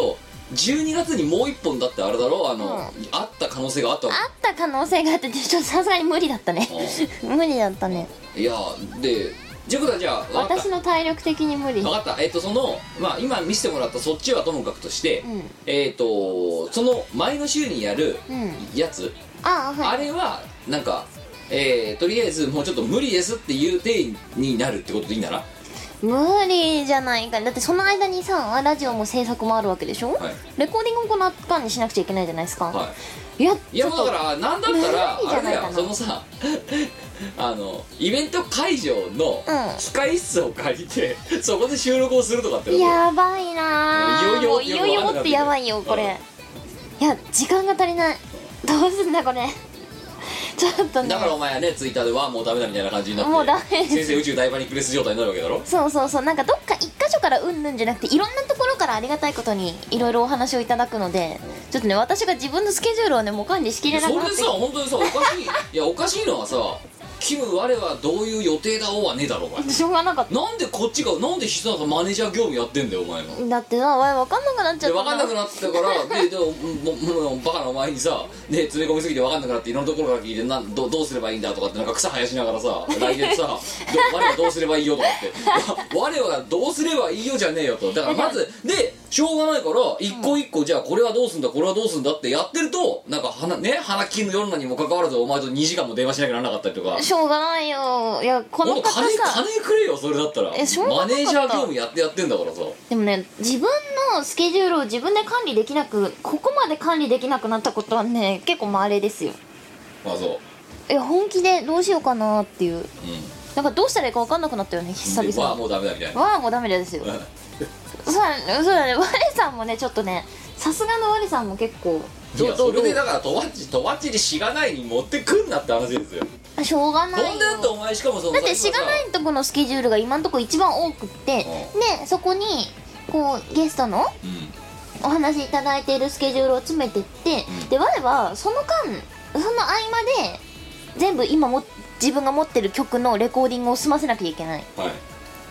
S5: じゅうにがつにもう一本だってあれだろあの、うん、あった可能性があったわけ。
S1: あった可能性があってちょっとさすがに無理だったね無理だったね。
S5: いやでということはじゃあ
S1: 私の体力的に無理。
S5: 分かった。えっ、ー、とそのまあ今見せてもらったそっちはともかくとして、うん、えっ、ー、とその前の週にやるやつ、うん、
S1: あ, あ, はい、
S5: あれはなんか、えー、とりあえずもうちょっと無理ですっていう体になるってことでいいんだな。
S1: 無理じゃないか。だってその間にさラジオも制作もあるわけでしょ、はい、レコーディングをこの間にしなくちゃいけないじゃないですか、はい、いや
S5: いやもうだからなんだったらあれだよそのさあのイベント会場の控室を借りて、うん、そこで収録をするとかって
S1: やばいなぁ。いよいよいよいよもってやばいよこれ。いや時間が足りない。どうすんだこれちょっとね。
S5: だからお前はねツイッターではもうダメだみたいな感じになって
S1: もうダメ
S5: 先生宇宙大パニックレス状態になるわけだろ。
S1: そうそうそう。なんかどっか一箇所からうんぬんじゃなくていろんなところからありがたいことにいろいろお話をいただくので、ちょっとね私が自分のスケジュールをねもう管理しきれなくなって。
S5: それでさ本当にさおかしいいやおかしいのはさキム我はどういう予定だおうはねえだろお前。
S1: しょうがなかった。
S5: なんでこっちがなんで必須なんかマネージャー業務やってんだよお前の。
S1: だってな分かんなくなっちゃった。
S5: 分かんなくなってたからででもももバカなお前にさ、ね、詰め込みすぎて分かんなくなっていろんなところから聞いてな ど, どうすればいいんだとかってなんか草生やしながらさ来月さ我はどうすればいいよとかって我はどうすればいいよじゃねえよと。だからまずでしょうがないから一個一個じゃあこれはどうすんだこれはどうすんだってやってるとなんか花ね花金の夜なにもかかわらずお前とにじかんも電話しなきゃならなかったりとか。
S1: しょうがないよ。いやこの方さ
S5: 金, 金くれよそれだったら。えマネージャー業務やってやってんだからさ。
S1: でもね自分のスケジュールを自分で管理できなくここまで管理できなくなったことはね結構稀ですよ。
S5: あそう。
S1: いや本気でどうしようかなっていう、うん、なんかどうしたらいいか分かんなくなったよね久々に。
S5: わあもうダメだみたいな。
S1: わあもうダメですよそうそうだね。我さんもねちょっとねさすがの我さんも結構
S5: いやそれでだからとわっちとわっちにしがないに持ってくんなって話ですよ。
S1: しょうがないよ。
S5: なんでだってお前しかもその
S1: だってしがないとこのスケジュールが今のところ一番多くって、うん、でそこにこうゲストのお話いただいているスケジュールを詰めてって、うん、で我はその間その合間で全部今も自分が持ってる曲のレコーディングを済ませなきゃいけない、はい、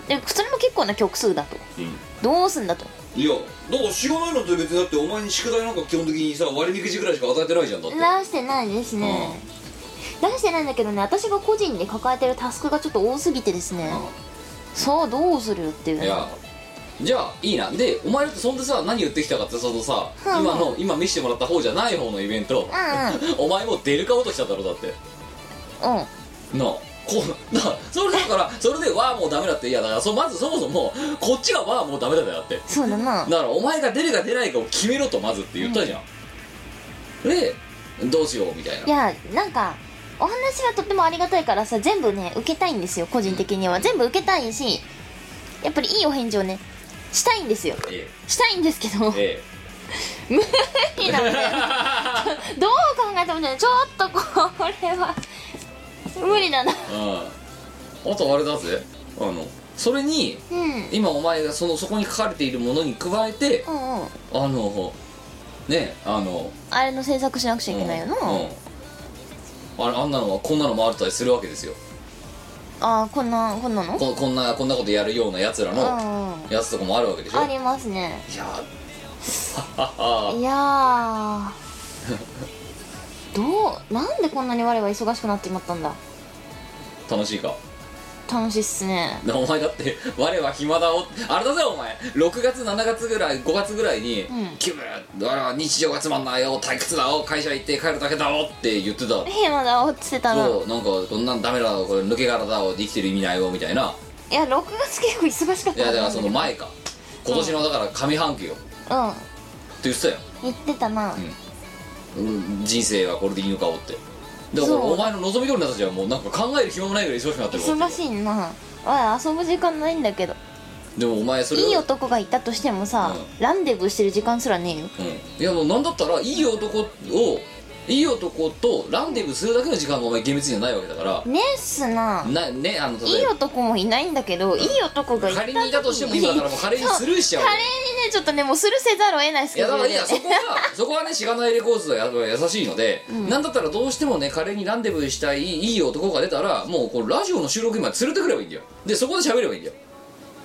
S1: でそれも結構な曲数だと、うん、どうすんだと。
S5: いやだからしがないのって別にだってお前に宿題なんか基本的にさ割引くじぐらいしか与えてないじゃん。だって出
S1: してないですね、うん、出してないんだけどね私が個人で抱えてるタスクがちょっと多すぎてですね、うん、さあどうするっていうね。
S5: いやじゃあいいな。でお前だってそんでさ何言ってきたかってそのさ、うん、今の今見せてもらった方じゃない方のイベント、うんうん、お前もう出るか落としちゃったろだって。うんなあこうなそれだからそれでわあもうダメだって。いやだからそまずそもそもこっちがわあもうダメだよだって。
S1: そうだな。
S5: だからお前が出るか出ないかを決めろとまずって言ったじゃん、うん、でどうしようみたいな。
S1: いやなんかお話はとってもありがたいからさ全部ね受けたいんですよ個人的には、うん、全部受けたいしやっぱりいいお返事をねしたいんですよ、ええ、したいんですけど、ええ無理なんだよどう考えてもねちょっとこれは無理だな。
S5: うん、あとあれだぜあのそれに、うん、今お前がそのそこに書かれているものに加えて、うんうん、あのねあの
S1: あれの制作しなくちゃいけないよな、うんうん、
S5: あれあんなのはこんなのもあったりするわけですよ。
S1: ああこんなこんなの
S5: こ, こんなこんなことやるようなやつらのやつとかもあるわけでしょ。
S1: ありますね。
S5: いや
S1: いやどうなんでこんなに我は忙しくなってしまったんだ。
S5: 楽しいか。
S1: 楽しいっすね。
S5: お前だって我は暇だおあれだぜお前ろくがつしちがつぐらいごがつぐらいに、うん、キム我は日常がつまんないよ退屈だお会社行って帰るだけだおって言ってた。
S1: 暇だおって言ってたの。
S5: そうなんかこんなんダメだこれ抜け殻だお生きてる意味ないよみたいな。
S1: いやろくがつ結構忙しかった。
S5: いやだからその前か今年のだから上半期よ、うん、って言ってたよ。
S1: 言ってたな、
S5: うんうん、人生はこれでいいのかおって。だからお前の望み通りの人たちはもうなんか考える暇もないぐらい忙しくなってる。
S1: 忙しいな。あ遊ぶ時間ないんだけど。
S5: でもお前それ
S1: いい男がいたとしてもさ、うん、ランデブーしてる時間すらねえよ、
S5: うん、いやもうなんだったらいい男をいい男とランデブーするだけの時間がお前厳密にはないわけだから
S1: ねえっすな
S5: な、ね、あの
S1: いい男もいないんだけど、うん、いい男がいた
S5: 仮にいたとしても今だからもう華麗にスルーしちゃう。
S1: 華麗にねちょっとねもうスルーせざるを得ないですけど、ね、
S5: いやだからいやそこはそこはねしがないレコーズは優しいので、うん、なんだったらどうしてもね華麗にランデブーしたいいい男が出たらもうこのラジオの収録今連れてくればいいんだよ。でそこで喋ればいいんだよ。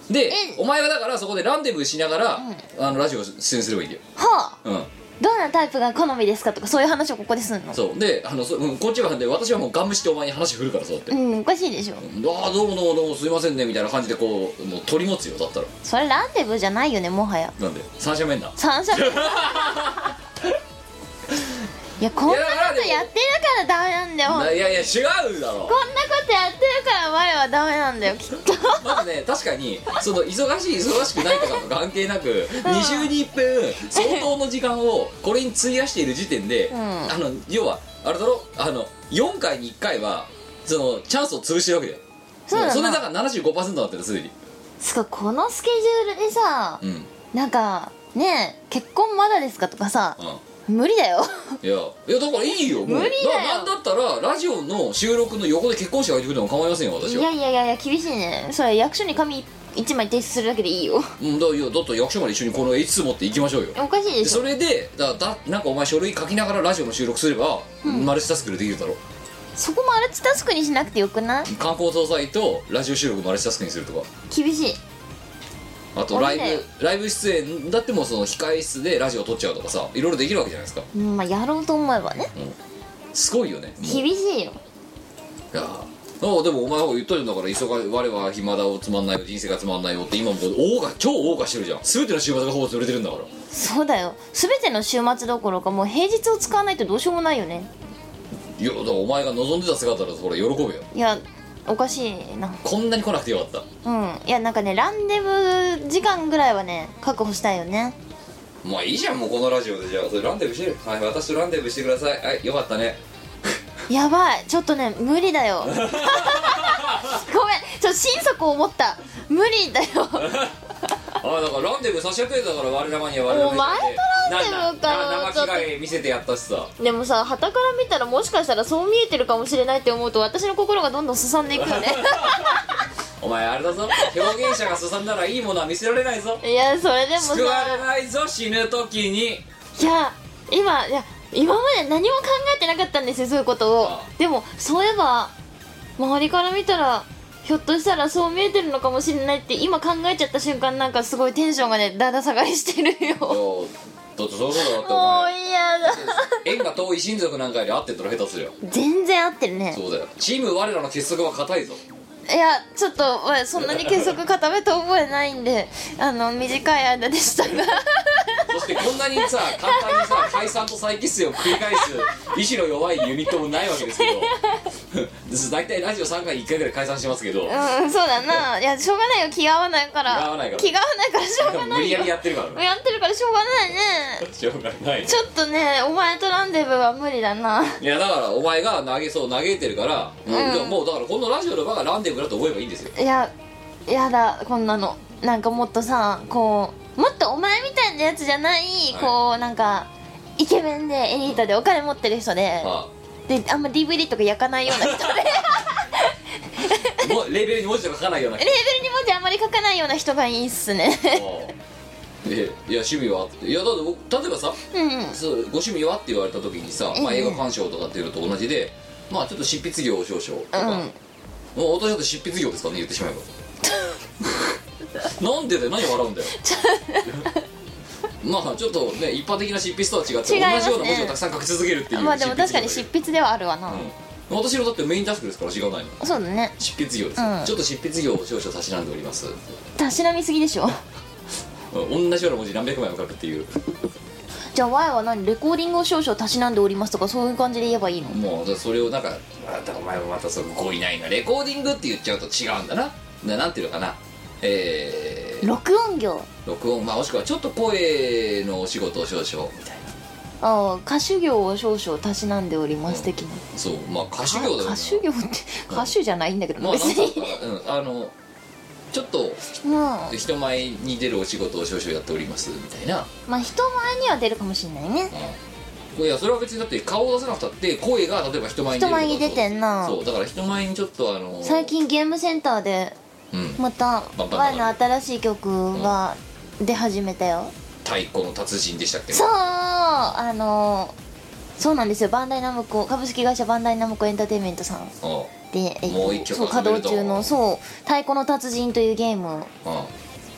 S5: でお前はだからそこでランデブーしながら、うん、あのラジオ出演すればいいんだよ。
S1: はあ、
S5: うん、
S1: どんなタイプが好みですかとかそういう話をここですんの。
S5: そうであのそ、うん、こっちはで私はもうガン無視してお前に話振るからそうやって、
S1: うんおかしいでしょ。
S5: ああどうもどうもどうもすいませんねみたいな感じでこうもう取り持つよ。だったら
S1: それランデブーじゃないよねもはや。
S5: なんで三者面談
S1: 三者面談いやこんなことやってるからダメなんだよ。
S5: いやいや違うだろ。
S1: こんなことやってるから我はダメなんだよきっと
S5: まずね確かにその忙しい忙しくないとかの関係なくに週にいっぺん相当の時間をこれに費やしている時点で、うん、あの要はあれだろあのよんかいにいっかいはそのチャンスを潰してるわけだよ。そうだな。それだから ななじゅうごパーセント になってるすでに。
S1: すごいこのスケジュールでさ、うん、なんかねえ結婚まだですかとかさ、うん無理だよ
S5: いやいやだからいいよもう無理だよ。なんだったらラジオの収録の横で結婚式がいてくれても構いませんよ私は。
S1: いやいやいやいや厳しいね。それ役所に紙いちまい提出するだけでいいよ。
S5: うんだいやだったら役所まで一緒にこの エイチツー 持って行きましょうよ。
S1: おかしいでしょ。
S5: それでだだなんかお前書類書きながらラジオの収録すれば、うん、マルチタスクでできるだろ。
S1: そこマルチタスクにしなくてよくない？
S5: 観光総裁とラジオ収録マルチタスクにするとか
S1: 厳しい。
S5: あとライブライブ出演だってもその控え室でラジオ撮っちゃうとかさいろいろできるわけじゃないですか。
S1: うんまあやろうと思えばね、うん、
S5: すごいよね。
S1: 厳しいよ。
S5: いやあでもお前は言っとるんだから忙が我は暇だをつまんないよ人生がつまんないよって今も大が超大がしてるじゃん。全ての週末がほぼ潰れてるんだから。
S1: そうだよ全ての週末どころかもう平日を使わないとどうしようもないよね。
S5: いやだからお前が望んでた姿だとこれ喜ぶよ。
S1: いやおかしいな。
S5: こんなに来なくてよかった。
S1: うんいやなんかねランデブー時間ぐらいはね確保したいよね。
S5: まあいいじゃんもうこのラジオでじゃあそれランデブーしてる。はい私とランデブーしてください。はいよかったね
S1: やばいちょっとね無理だよごめんちょっと心底思った無理だよ
S5: あだからランデブー差し当てたから我らがには我らがに
S1: お前とランデブーか
S5: 生着替え見せてやったしさ。
S1: でもさ傍から見たらもしかしたらそう見えてるかもしれないって思うと私の心がどんどんすさんでいくよね
S5: お前あれだぞ表現者がすさんだらいいものは見せられないぞ。
S1: いやそれでもさ
S5: 救われないぞ死ぬ時に。
S1: いや今いや今まで何も考えてなかったんですよそういうことを。でもそういえば周りから見たらひょっとしたらそう見えてるのかもしれないって今考えちゃった瞬間なんかすごいテンションがねだだ下がりしてるよ。
S5: だってそういうことだって
S1: もう嫌だ
S5: 縁が遠い親族なんかより合ってったら下手するよ。
S1: 全然合ってるね。
S5: そうだよチーム我らの結束は固いぞ。
S1: いやちょっとそんなに結束固めた覚えないんであの短い間でしたが
S5: そしてこんなにさ簡単にさ解散と再結成を繰り返す意志の弱いユニットもないわけですけど大体ラジオさんかいいっかいぐらい解散してますけど
S1: うんそうだないやしょうがないよ気が合わないから
S5: 気が合わないから
S1: 気が合わないからしょうがないよ
S5: 無理やりやってるから
S1: やってるからしょうがないね
S5: しょうがない、ね、
S1: ちょっとねお前とランデブーは無理だな。
S5: いやだからお前が投げそう嘆いてるから、うん、もうだからこのラジオの場がランデブーだと思えばいいんですよ。
S1: いややだこんなのなんかもっとさこうもっとお前みたいなやつじゃない、はい、こうなんかイケメンでエリートでお金持ってる人で、はあ、であんま ディーブイディー とか焼かないような人で
S5: もレーベルに文字とか書かないような人
S1: レーベルに文字あんまり書かないような人がいいっすね
S5: えいや趣味はっていやだって僕例えばさ、うんうん、そうご趣味はって言われた時にさ、まあ、映画鑑賞とかっていうのと同じでまあちょっと執筆業を少々とか、うん、もう私だって執筆業ですからね言ってしまえばなんでだよ何笑うんだよまあちょっとね一般的な執筆とは違って同じような文字をたくさん書き続けるっていう
S1: まあでも確かに執筆ではあるわな、
S5: うん、私のだってメインタスクですから時間ないの。
S1: そうだね
S5: 執筆業です、うん、ちょっと執筆業を少々たしなんでおります。
S1: たしなみすぎでしょ
S5: 同じような文字何百枚も書くっていう
S1: じゃあ前は何レコーディングを少々たしなんでおりますとかそういう感じで言えばいいの。
S5: もうそれをなんかまたお前もまたその語彙ないなレコーディングって言っちゃうと違うんだなななんていうのかなえー、
S1: 録音業
S5: 録音まあもしくはちょっと声のお仕事を少々みたいな
S1: ああ歌手業を少々たしなんでおります的な、
S5: うん、そうまあ歌手業だよな
S1: 歌手業って歌手じゃないんだけど、まあ、別に、
S5: うん、あのちょっと人前に出るお仕事を少々やっておりますみたいな。
S1: まあ人前には出るかもしれないね、
S5: うん、いやそれは別にだって顔を出さなくたって声が例えば人前に出る人前
S1: に出てんな。
S5: そうだから人前にちょっとあのー、
S1: 最近ゲームセンターでまた我の新しい曲が出始めたよ、うん、
S5: 太鼓の達人でしたっけ。
S1: そうあのー、そうなんですよバンダイナムコ株式会社バンダイナムコエンターテインメントさんで、えっと、
S5: もう一曲
S1: そう稼働中のそう太鼓の達人というゲーム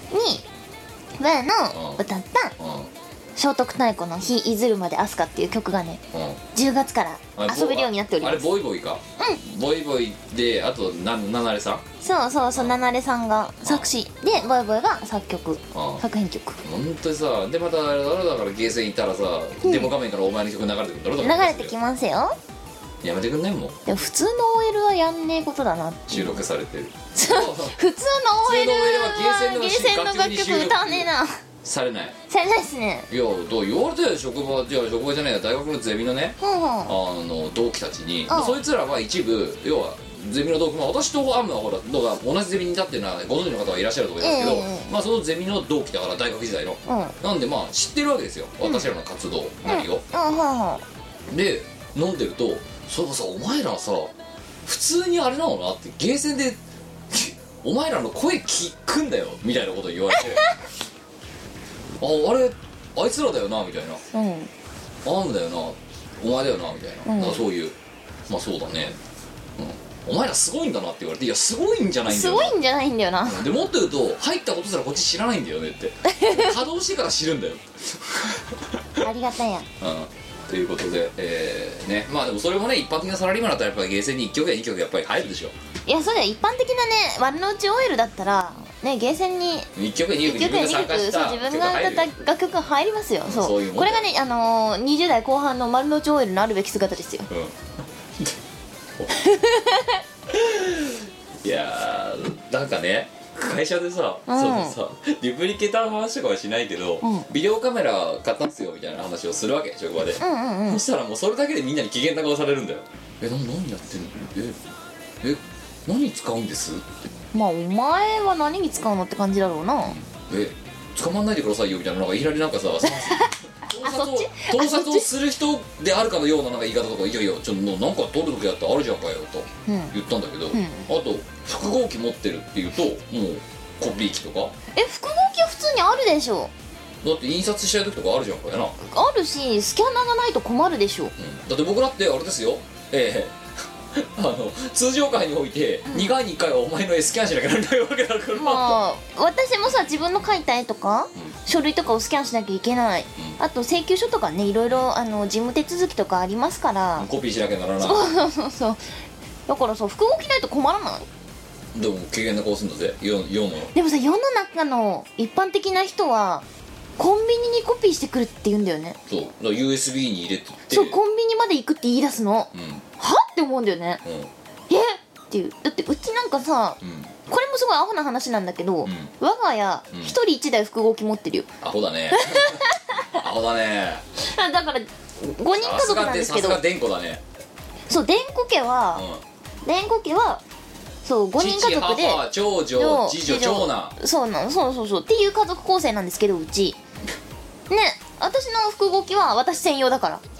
S1: 前の歌った聖徳太鼓の日いずるまで飛鳥っていう曲がね、うん、じゅうがつから遊べるようになっております。
S5: あれボイボイか。うん。ボイボイで、あとなななれさん。
S1: そうそうそう、ななれさんが作詞でボイボイが作曲、作編曲。
S5: 本当にさ、でまたあれだろ、だからゲーセン行ったらさ、うん、デモ画面からお前の曲流れてくるんだろ。
S1: 流れてきますよ。
S5: やめてくんないもん。
S1: でも普通の オーエル はやんねえことだな。
S5: 収録されてる。
S1: 普通の オーエル はゲーセンの楽曲歌わねえな。
S5: されない
S1: されないっすね。
S5: いや、どう言われたよ、職場じゃ職場じゃないや大学のゼミのね、うんうん、あの同期たちに、まあ、そいつらは一部要はゼミの同期、まあ、私とアムはほら同じゼミにいたっていうのはご存知の方はいらっしゃると思いますけど、えー、まあそのゼミの同期だから大学時代の、うん、なんでまあ知ってるわけですよ、私らの活動なりを、うん、で飲んでると、そういえばさお前らさ普通にあれなのなってゲーセンでお前らの声聞くんだよみたいなこと言われてあ, あれあいつらだよなみたいな、うん、アームだよなお前だよなみたいな、うん、なんかそういう、まあそうだね、うん、お前らすごいんだなって言われて、いやすごいんじゃないんだよな、
S1: すごいんじゃないんだよな、
S5: でもっと言うと入ったことすらこっち知らないんだよねって稼働してから知るんだよ
S1: ありがたいや、うん、
S5: ということで、えー、ね、まあでもそれもね一般的なサラリーマンだったらやっぱりゲーセンにいっきょくやにきょくやっぱり入るでしょ。
S1: いやそうだよ、一般的なね丸の内 オーエル だったらね、ゲーセンに
S5: いっきょくやにきょく自分が参加した
S1: 自分が歌った楽曲が入りますよ。そう、そういうこれがね、あのー、にじゅう代後半の丸の内 オーエル のあるべき姿ですよ、うん、い
S5: やーなんかね会社でさ、うん、そのさデュプリケーターの話とかはしないけど、うん、ビデオカメラ買ったんすよみたいな話をするわけ職場で、うんうんうん、そしたらもうそれだけでみんなに機嫌な顔されるんだよ。え、な、何やってんの、ええ何使うんですって。
S1: まあお前は何に使うのって感じだろうな。
S5: え、捕まんないでくださいよみたいな、なんかいきなりなんかさ盗撮を盗撮をする人であるかのようななんか言い方とか、いやいやちょっとなんか撮るときやってあるじゃんかよと言ったんだけど、うんうん、あと複合機持ってるっていうともうコピー機とか、
S1: え、複合機は普通にあるでしょ。
S5: だって印刷したい時とかあるじゃんかやな。
S1: あるしスキャナーがないと困るでしょ、うん、だ
S5: って僕だってあれですよ、ええあの通常会において、うん、にかいにいっかいはお前の絵スキャンしなきゃならないわけだから、
S1: まあ私もさ自分の書いた絵とか、うん、書類とかをスキャンしなきゃいけない、うん、あと請求書とかねいろいろあの事務手続きとかありますから、
S5: コピーしなきゃならない。
S1: そうそうそうそう、だからさ複合機ないと困らない。
S5: でも軽減な顔すんだぜ世の。
S1: でもさ世の中の一般的な人はコンビニにコピーしてくるって言うんだよね。
S5: そうだから ユーエスビー に入れてって、
S1: そうコンビニまで行くって言い出すの、うん、はって思うんだよね、うん、えっていう。だってうちなんかさ、うん、これもすごいアホな話なんだけど、うん、我が家一人一台複合機持ってるよ。
S5: アホだねアホだね
S1: だからごにん家族なんですけど、
S5: さすが電子だね。
S1: そう電子家は、うん、電子家はそうごにん家族で
S5: 父母長女次女長男、
S1: そうなの、そうそうそうっていう家族構成なんですけど、うちね、私の複合機は私専用だから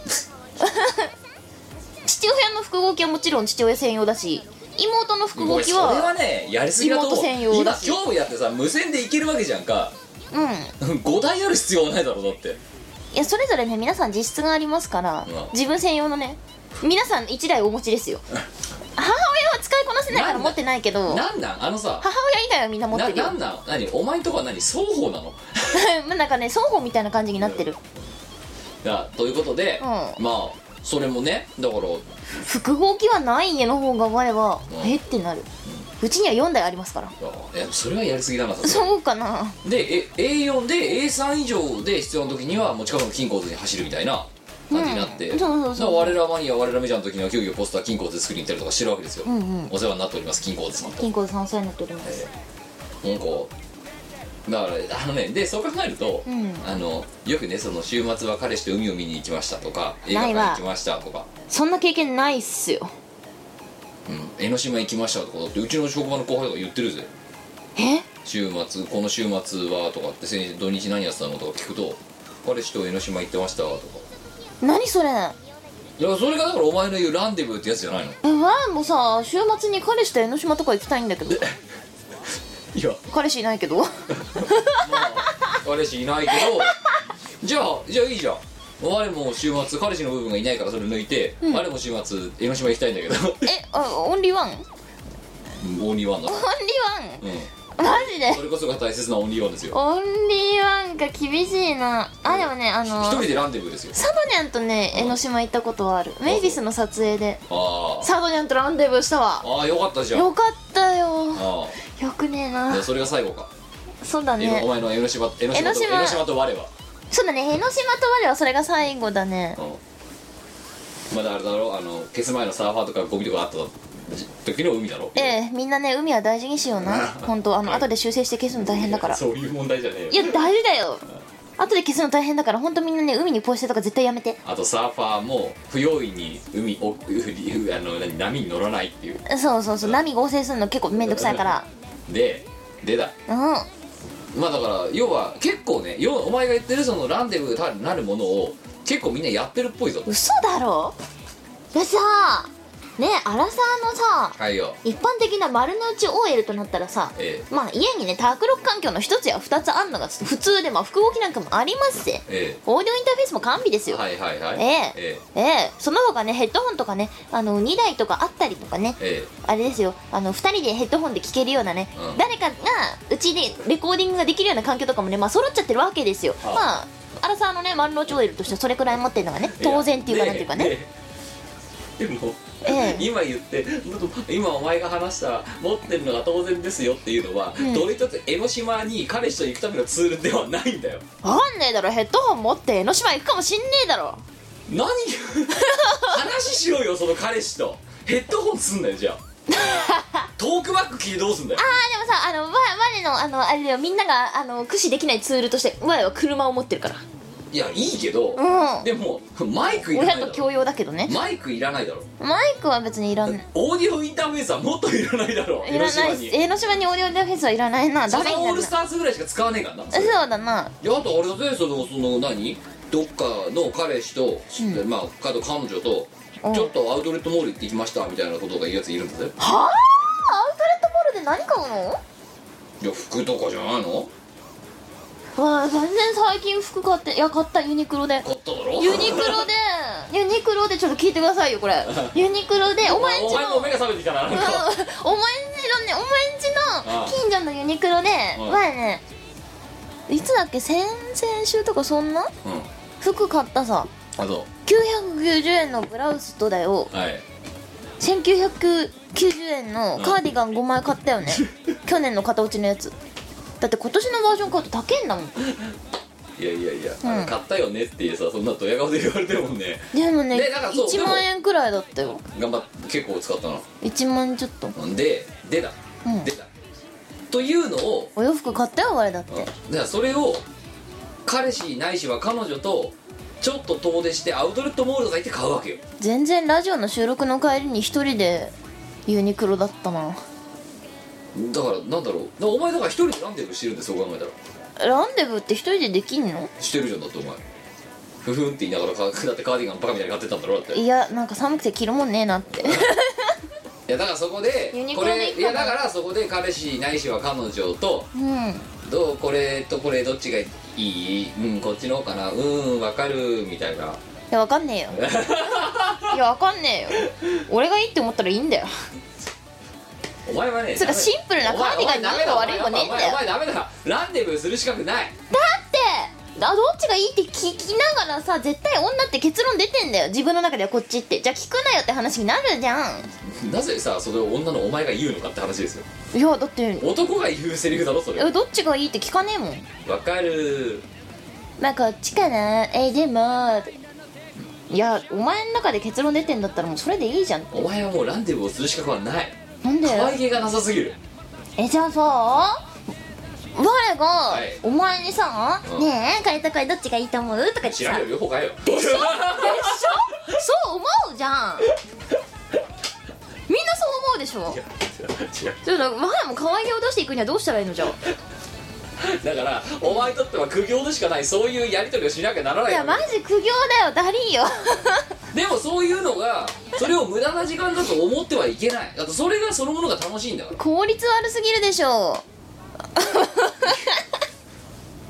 S1: 父親の複合機はもちろん父親専用だし、妹の複合機は
S5: それはねやりすぎだと思う。
S1: 妹専用だし、
S5: 今今日やってさ無線でいけるわけじゃんか。うんごだいある必要はないだろう。だって
S1: いやそれぞれね皆さん実質がありますから、うん、自分専用のね皆さんいちだいお持ちですよ母親は使いこなせないから持ってないけど、
S5: なんなんあのさ
S1: 母親以外はみんな持ってるよ。
S5: な、なんなん何お前んとこは何双方なの
S1: まあなんかね双方みたいな感じになってる、
S5: うん、いやということで、うん、まあそれもねだから
S1: 複合機はない家の方が我は、うん、えってなる、うん、うちにはよんだいありますから。
S5: いやそれはやりすぎだな。
S1: そうかな。
S5: で エーよん で エースリー 以上で必要な時にはもう近くの金庫に走るみたいな感じになって、うん、そうそうそう、我らマニア我らメジャーの時には急遽ポスター金庫で作りに行ったりとかしてるわけですよ、うんうん、お世話になっております金庫でさんと。
S1: 金庫でさんお世話になっております、
S5: えー、なんかだからあのねでそう考えると、うん、あのよくねその週末は彼氏と海を見に行きましたとか映画館行きましたとか
S1: そんな経験ないっすよ、
S5: うん、江ノ島行きましたとかだってうちの職場の後輩とか言ってるぜ。
S1: え
S5: 週末この週末はとかって先土日何やってたのとか聞くと彼氏と江ノ島行ってましたとか。
S1: 何それ。い
S5: やそれがだからお前の言うランデブーってやつじゃないの。
S1: え前もさ週末に彼氏と江ノ島とか行きたいんだけど
S5: いや
S1: 彼氏いないけどまあ
S5: 彼氏いないけどじゃあじゃあいいじゃん。我も週末彼氏の部分がいないからそれ抜いて、うん、我も週末江ノ島行きたいんだけど
S1: えあオンリーワン
S5: オンリーワンだ
S1: オンリーワン、 マジで
S5: それこそが大切なオンリーワンですよ。
S1: オンリーワンが厳しいなあ。でもね、あの
S5: 一人でランデブーですよ。
S1: サドニャンとね江ノ島行ったことはある。メイビスの撮影で
S5: あ
S1: サドニャンとランデブーしたわ。
S5: あああよかったじゃん。
S1: よかったよ。
S5: あ
S1: よくねえ
S5: あ
S1: な。
S5: それが最後か。
S1: そうだ
S5: えお
S1: ね。
S5: 前の江ノ島江ノ島と
S1: 江ノ島
S5: 江ノ島と我は、
S1: そうだね、江ノ島と我はそれが最後だね。
S5: うん、まだあれだろ、あの消す前のサーファーとかゴミとかあった時の海だろ。
S1: ええ、みんなね海は大事にしような。本当あの後で修正して消すの大変だから。
S5: そういう問題じゃねえよ。
S1: いや大事だよ。後で消すの大変だから本当みんなね海にポイ捨てとか絶対やめて。
S5: あとサーファーも不用意に海おあの何波に乗らないっていう。
S1: そうそうそう、波合成するの結構めんどくさいから。
S5: ででだ
S1: うん。
S5: まあだから要は結構ね、要はお前が言ってるそのランデブーなるものを結構みんなやってるっぽいぞ。
S1: 嘘だろ。でさねえ、アラサーのさ、
S5: はいよ。
S1: 一般的な丸の内 オーエル となったらさ、
S5: え
S1: まあ家にね卓録環境の一つや二つあるのが普通で、まあ複合機なんかもありますぜ。
S5: え
S1: オーディオインターフェースも完備です
S5: え
S1: よ。
S5: はいはいはい。
S1: ええ
S5: え
S1: ええ、その他ねヘッドホンとかね、あのにだいとかあったりとかね、
S5: え
S1: あれですよ、あのふたりでヘッドホンで聴けるようなね、
S5: うん
S1: 誰かがうちでレコーディングができるような環境とかもね、まあ揃っちゃってるわけですよ。
S5: はあ
S1: まあアラサーのね丸の内 オーエル としてはそれくらい持ってるのがね当然っていうかなんていうかね。
S5: ででも、
S1: ええ
S5: 今言って今お前が話した持ってるのが当然ですよっていうのは、
S1: うん
S5: どれ一つ江ノ島に彼氏と行くためのツールではないんだよ。
S1: わかんねえだろ、ヘッドホン持って江ノ島行くかもしんねえだろ。
S5: 何話しろよその彼氏と。ヘッドホンすんなよじゃあトークバック聞いてどうすんだよ。
S1: あーでもさ、あの我我のあのあれだよ、みんながあの駆使できないツールとして我は車を持ってるから。
S5: いやいいけど、
S1: うん、
S5: でもマイクいらないだろ。
S1: 親と共用だけどね。
S5: マイクいらないだろ。
S1: マイクは別にいらん
S5: オーディオインターフェースはもっといらないだろ。
S1: いらないっす。江ノ島にオーディオインターフェースはいらないな。
S5: サザンオー
S1: 誰になるの。
S5: ルスターズぐらいしか使わねえからな。それ
S1: そうだな。
S5: いやあとあれだぜ、そのその何どっかの彼氏と、
S1: うん
S5: まあかと彼女と
S1: うん
S5: ちょっとアウトレットモール行ってきましたみたいなことが言うやついるんだぜ。
S1: はあ、アウトレットモールで何買うの。
S5: いや服とかじゃないの。
S1: わあ全然最近服買って、いや買ったユニクロで。
S5: 買っただろ。
S1: ユニクロでユニクロでちょっと聞いてくださいよこれ。ユニクロでお前んちの
S5: お前も目が覚めてきたななんか。
S1: うん、お前んちのね、お前んちの近所のユニクロで
S5: うん
S1: 前ね、いつだっけ、先々週とかそんな
S5: うん
S1: 服買ったさ。
S5: あと
S1: きゅうひゃくきゅうじゅうえんのブラウスとだよ、
S5: はい
S1: せんきゅうひゃくきゅうじゅうえんのカーディガンごまい買ったよね、去年の型落ちのやつだって。今年のバージョン買うと高えんだもん。
S5: いやいやいや、
S1: うん
S5: あの買ったよねっていうさ、そんなドヤ顔で言われてるもんね。
S1: でもね
S5: ねだからそう
S1: いちまんえんくらいだったよ。
S5: 頑張って結構使ったない
S1: ちまんちょっと。
S5: ででだ、
S1: うん
S5: でだというのを、
S1: お洋服買ったよあれだって。
S5: だからそれを彼氏ないしは彼女とちょっと遠出してアウトレットモールとか行って買うわけよ。
S1: 全然ラジオの収録の帰りに一人でユニクロだったな。
S5: だからなんだろう、だからお前だから一人でランデブーしてるんで、そう考えたら
S1: ランデブーって一人でできんの。
S5: してるじゃん。だってお前ふふんって言いながらかだってカーディガンバカみたいに買ってたんだろ。だってい
S1: いやなんか寒くて着るもんねえなって
S5: やだからそこで
S1: ユニク
S5: こ
S1: ロで行くかな
S5: れいやだからそこで彼氏ないしは彼女と
S1: うん
S5: どうこれとこれどっちがいい、うんこっちの方かな、うんわかるみたいな。
S1: いやわかんねえよいやわかんねえよ。俺がいいって思ったらいいんだよ。
S5: お前はね、
S1: つうかシンプルなカーディガンにいいの悪いもねえんだよ。
S5: お前ダメだ、ランデブーする資格ない。
S1: ってあどっちがいいって聞きながらさ、絶対女って結論出てんだよ自分の中ではこっちって。じゃあ聞くなよって話になるじゃん。
S5: なぜさそれを女のお前が言うのかって話ですよ。
S1: いやだって
S5: 男が言うセリフだろそれ。
S1: えどっちがいいって聞かねえもん。
S5: わかる。
S1: まあこっちかな、えでもいやお前の中で結論出てんだったらもうそれでいいじゃん。
S5: お前はもうランデブーをする資格はない。
S1: なんで
S5: 可愛げがなさすぎる。
S1: えじゃあさ我が、
S5: はい、
S1: お前にさ、
S5: うん、
S1: ねえこれとこれどっちがいいと思うとか言ってさ、
S5: 知らんよ両方買えよ。
S1: でしょでしょそう思うじゃんみんなそう思うでしょ。
S5: 違う違う
S1: ちょっと前も可愛げを出していくにはどうしたらいいのじゃあ。
S5: だからお前にとっては苦行でしかない、そういうやり取りをしなきゃならない。
S1: いやマジ苦行だよダリーよ
S5: でもそういうのがそれを無駄な時間だと思ってはいけない。だってそれがそのものが楽しいんだから。
S1: 効率悪すぎるでしょ
S5: お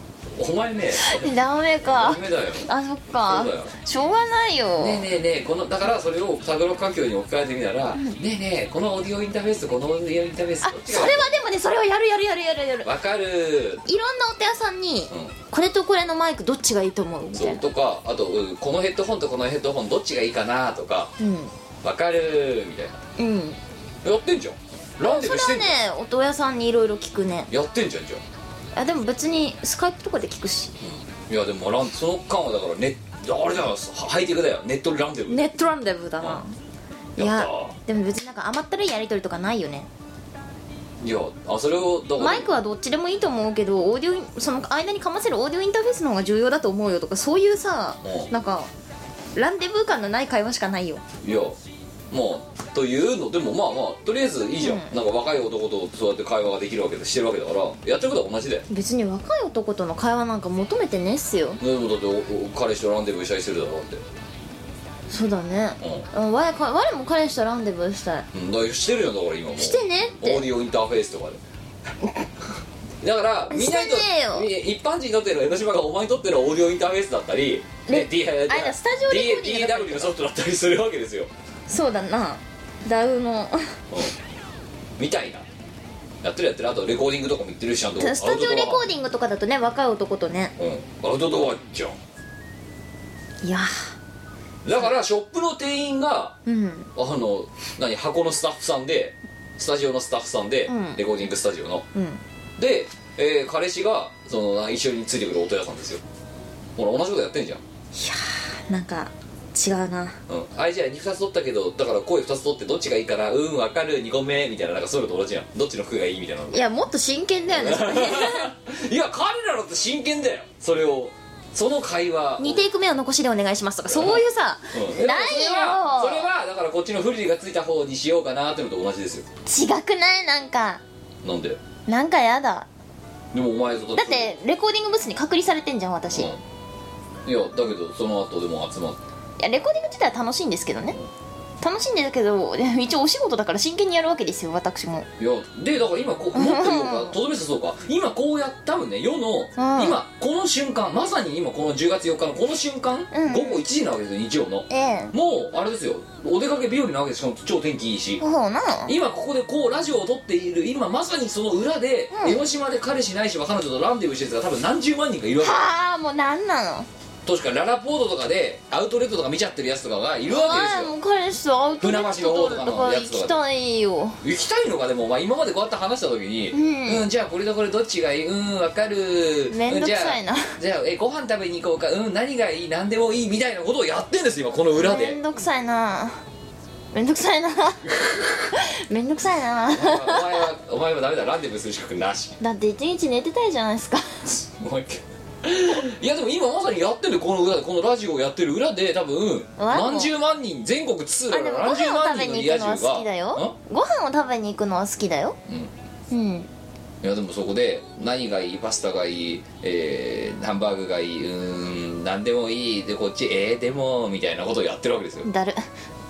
S5: お前ね
S1: ダメか
S5: ダメだよ。
S1: あ、そっか
S5: そうだよ。
S1: しょうがないよ。
S5: ねえねえねえこのだからそれをサブロック環境に置き換えてみたら、うん、ねえねえこのオーディオインターフェースとこのオーディオインターフェース
S1: あ、それはでもね、それはやるやるやるやるやる。
S5: わかる。
S1: いろんなお手屋さんに、うん、これとこれのマイクどっちがいいと思うみたいな。
S5: そうとか、あとこのヘッドホンとこのヘッドホンどっちがいいかなとか、うん、わかるみたいな。うんやってんじゃん。ランデブしてんじゃん。
S1: それはね、おと屋さんにいろいろ聞くね。
S5: やってんじゃんじゃ
S1: あ。あ、でも別にスカイプとかで聞くし、
S5: うん、いやでもランその間はだからネあれだよ、ハイテクだよ。ネットランデブ
S1: ネットランデブだな、うん、いやでも別になんか甘ったるいやり取りとかないよね。
S5: いやあそれをだから
S1: マイクはどっちでもいいと思うけど、オーディオその間にかませるオーディオインターフェースの方が重要だと思うよとか、そういうさ、うん、なんかランデブー感のない会話しかないよ。
S5: いやまあというのでもまあまあとりあえずいいじゃん、うん、なんか若い男とそうやって会話ができるわけでしてるわけだからやってることは同じで。
S1: 別に若い男との会話なんか求めてねっすよ。
S5: でもだって彼氏とランデブーしたりするだろうって。
S1: そうだね、うん、我, 我も彼氏とランデブーしたい、
S5: うん、だからしてるよだから今も
S1: してねって
S5: オーディオインターフェースとかでだからみんなにと一般人にとっての江ノ島がお前にとってのオーディオインターフェースだったり、ね、D
S1: あれだスタジオレコーディング
S5: ディーダブリュー のソフトだったりするわけですよ。
S1: そうだな、ダウの、うん、
S5: みたいなやってるやってる。あとレコーディングとかも言ってるし、ちゃんと
S1: スタジオレコーディングとかだとね、若い男とね、
S5: うん、アウトドアじゃ
S1: ん。いや
S5: だからショップの店員が、うん、あの何箱のスタッフさんでスタジオのスタッフさんで、うん、レコーディングスタジオの、うん、で、えー、彼氏がその一緒についてくる音屋さんですよ。ほら同じことやってんじゃん。い
S1: やーなんか違うな。
S5: うん、あれじゃあふたつ取ったけどだから声ふたつ取ってどっちがいいかな、うん分かるにこめみたいな、なんかそういうのと同じやん。どっちの服がいいみたいなの。
S1: いやもっと真剣だよねそれ
S5: いや彼らだって真剣だよ。それをその会話
S1: にテイク目を残しでお願いしますとかそういうさ、うん、ないよ。
S5: それはだからこっちのフリルがついた方にしようかなっていうのと同じですよ。
S1: 違くない？なんか
S5: なんで
S1: なんかやだ。
S5: でもお前と
S1: だってレコーディングブースに隔離されてんじゃん私、うん、
S5: いやだけどその後でも集まって、
S1: いやレコーディング自体は楽しいんですけどね、うん、楽しいんだけど一応お仕事だから真剣にやるわけですよ私も。
S5: いやでだから今こうもっと言おうかとどめさそうか今こうや多分ね世の、うん、今この瞬間まさに今このじゅうがつよっかのこの瞬間、うん、ごごいちじなわけですよ日曜の、ええ、もうあれですよお出かけ日和なわけです。しかも超天気いいし、
S1: そうな
S5: 今ここでこうラジオを撮っている今まさにその裏で、うん、江ノ島で彼氏ないしは彼女とランデブーしてるやつが多分何十万人かいるわけ。
S1: はあもうなんなの。
S5: 確かララポートとかでアウトレットとか見ちゃってるやつとかがいるわけですよ。
S1: もう彼氏とアウトレット
S5: 船橋の方とかのやつとか
S1: 行きたいよ。
S5: 行きたいのか。でも、まあ、今までこうやって話した時に、うん、うん、じゃあこれとこれどっちがいい、うん分かる、
S1: めんどくさいな、
S5: うん、じゃあ、じゃあえご飯食べに行こうか、うん何がいい何でもいいみたいなことをやってんです今この裏で。
S1: めんどくさいなめんどくさいなめんどくさいな
S5: お前はお前はダメだ。ランデブーする資格なし
S1: だって一日寝てたいじゃないですか
S5: もう一回いやでも今まさにやってるこの裏でこのラジオをやってる裏で多分何十万人全国津々浦々何十万人のリア充が
S1: ご飯を食べに行くのは好きだよ。うん、うん、
S5: いやでもそこで何がいいパスタがいい、えー、ハンバーグがいい、うーん何でもいいでこっちえーでもみたいなことをやってるわけですよ。
S1: だる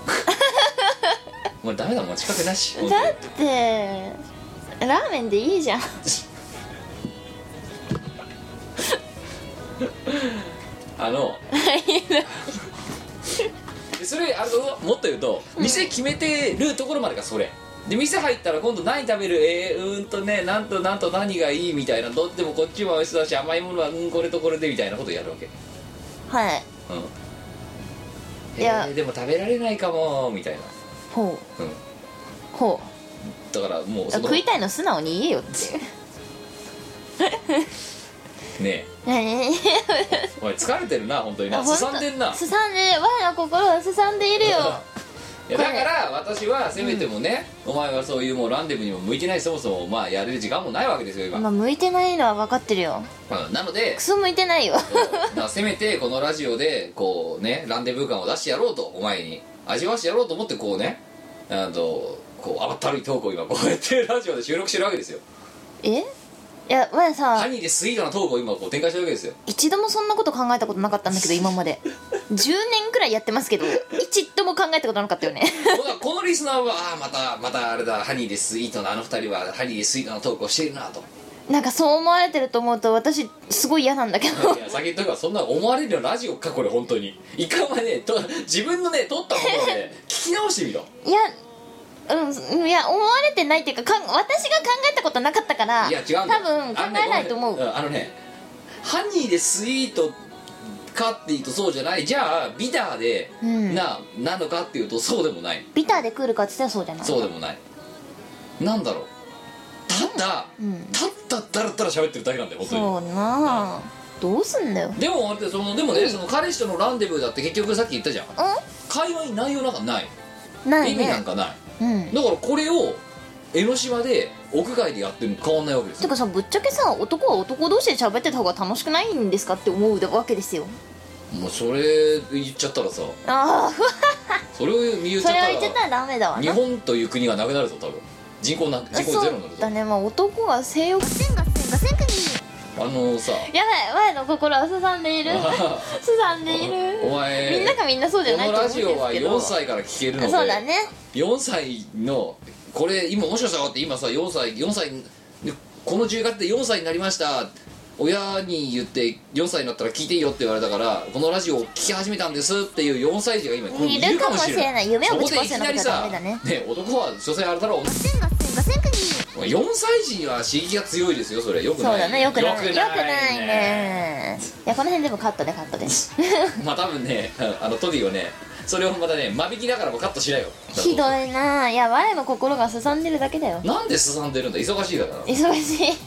S5: もうダメだもう近くなし。
S1: だってラーメンでいいじゃん
S5: あのそれあのもっと言うと店決めてるところまでがそれで、店入ったら今度何食べるえー、うーんとねなんとなんと何がいいみたいな、どっちもこっちも美味しそうだし甘いものはうんこれとこれでみたいなことをやるわけ。
S1: はい、
S5: うん、いや、えー、でも食べられないかもみたいな。
S1: ほう、うん、ほ
S5: うだからもう
S1: 食いたいの素直に言えよって
S5: ねえお前疲れてるな本当にな。すさんでんな。
S1: すさんで我の心はすさんでいるよ
S5: いやだから私はせめてもね、うん、お前はそういうもうランデブにも向いてない、そもそもまあやれる時間もないわけですよ今。
S1: まあ向いてないのは分かってるよ、
S5: うん、なので
S1: クソ向いてないよだ
S5: からせめてこのラジオでこうねランデブー感を出してやろうと、お前に味わしてやろうと思ってこうねあとこう甘ったるいトークを今こうやってラジオで収録してるわけですよ。え
S1: いや我さ
S5: ハニーでスイートなトークを今こう展開してるわけですよ。
S1: 一度もそんなこと考えたことなかったんだけど今までじゅうねんくらいやってますけど一度も考えたことなかったよね
S5: このリスナーはあまたまたあれだハニーでスイートなあの二人はハニーでスイートなトークをしているなと
S1: なんかそう思われてると思うと私すごい嫌なんだけど
S5: いや先言っとくからそんな思われるようなラジオかこれ本当に一回お前ねと自分のね撮ったものをね聞き直してみろ。
S1: いやうんいや思われてないっていうかかん私が考えたことなかったから
S5: いや違うんだよ
S1: 多分考えないと思う。
S5: あのね、あのねハニーでスイートかっていうとそうじゃない。じゃあビターで、うん、ななのかっていうとそうでもない。
S1: ビターでクールかって言ったらそうじゃない。
S5: そうでもない。なんだろうただ、うん、たっただらだら喋ってるだけなんだよ本当に。
S1: そうなあ、うん、どうすんだよ。
S5: でもそのでもね、うん、その彼氏とのランデブーだって結局さっき言ったじゃん、うん、会話に内容なんかないない、ね、意味なんかない、うん、だからこれを江ノ島で屋外でやってるの変わんないわけですよ。
S1: てかさぶっちゃけさ男は男同士で喋ってた方が楽しくないんですかって思うわけですよ。
S5: もうそれ言っちゃったらさ
S1: あ
S5: それを言っちゃったら
S1: それを言っちゃったらダメだわな。
S5: 日本という国がなくなるぞ多分。人口な人口ゼロになるぞ。
S1: そうだね、まあ男は性欲
S5: あのさ
S1: やばい前の心はすさんでいるすさんでいる。
S5: お前
S1: みんながみんなそうじゃないと思うんですけど、
S5: このラジオはよんさいから聞けるので
S1: そうだね
S5: よんさいのこれ今もしかしたらって今さよんさいよんさいでこのじゅうがつでよんさいになりました親に言ってよんさいになったら聞いていいよって言われたからこのラジオを聞き始めたんですっていうよんさい児が今ここにいるかもしれない。
S1: いるかもしれない。夢をぶち壊すようなことはダメだね。
S5: ね男は所詮あれだろうよんさい児には刺激が強いですよ。それよくない。
S1: そうだねよくないよくないね。いやこの辺でもカットでカットです
S5: まあ多分ねあのトディはねそれをまたね間引きながらもカットしないよ。
S1: ひどいな。いや我の心がすさんでるだけだよ。
S5: なんですさんでるんだ。忙しいだから。
S1: 忙しい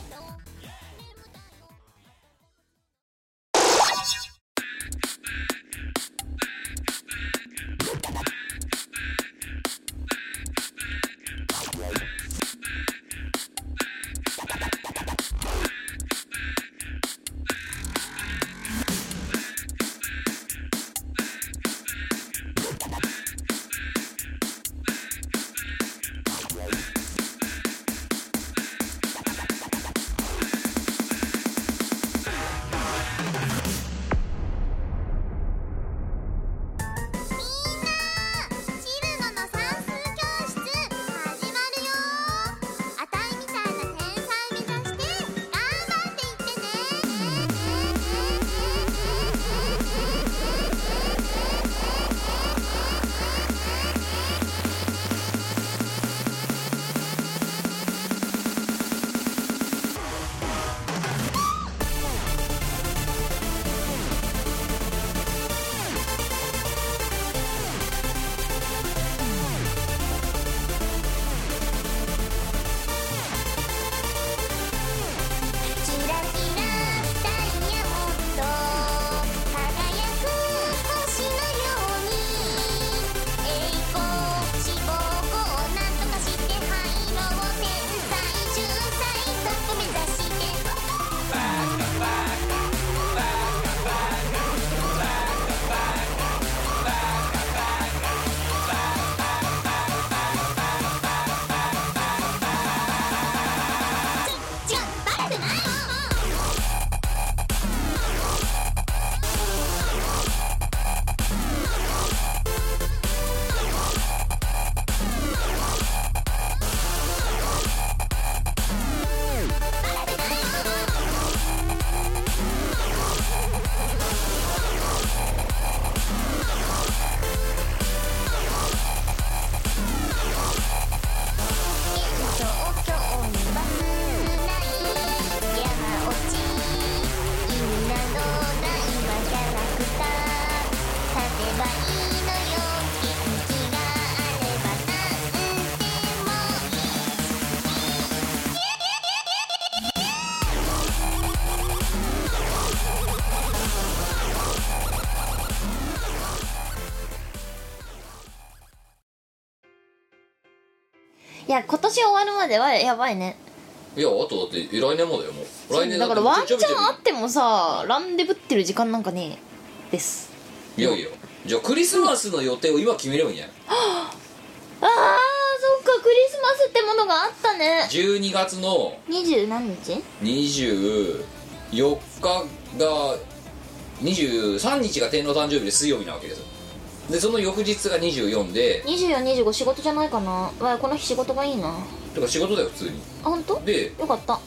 S1: いや今年終わるまではやばいね。
S5: いやあとだって来年もだよ。もう来年
S1: だからワンチャンあってもさランデブってる時間なんかねです。
S5: いやいやじゃあクリスマスの予定を今決めればいいんじゃない。
S1: ああそっかクリスマスってものがあったね。
S5: じゅうにがつの
S1: にじゅう何日
S5: にじゅうよっかがにじゅうさんにちが天皇誕生日で水曜日なわけですよ。でその翌日がにじゅうよんで
S1: にじゅうよん、にじゅうご仕事じゃないかな。わこの日仕事がいいな。
S5: だから仕事だよ普通に。
S1: あ本当？
S5: で
S1: よかった。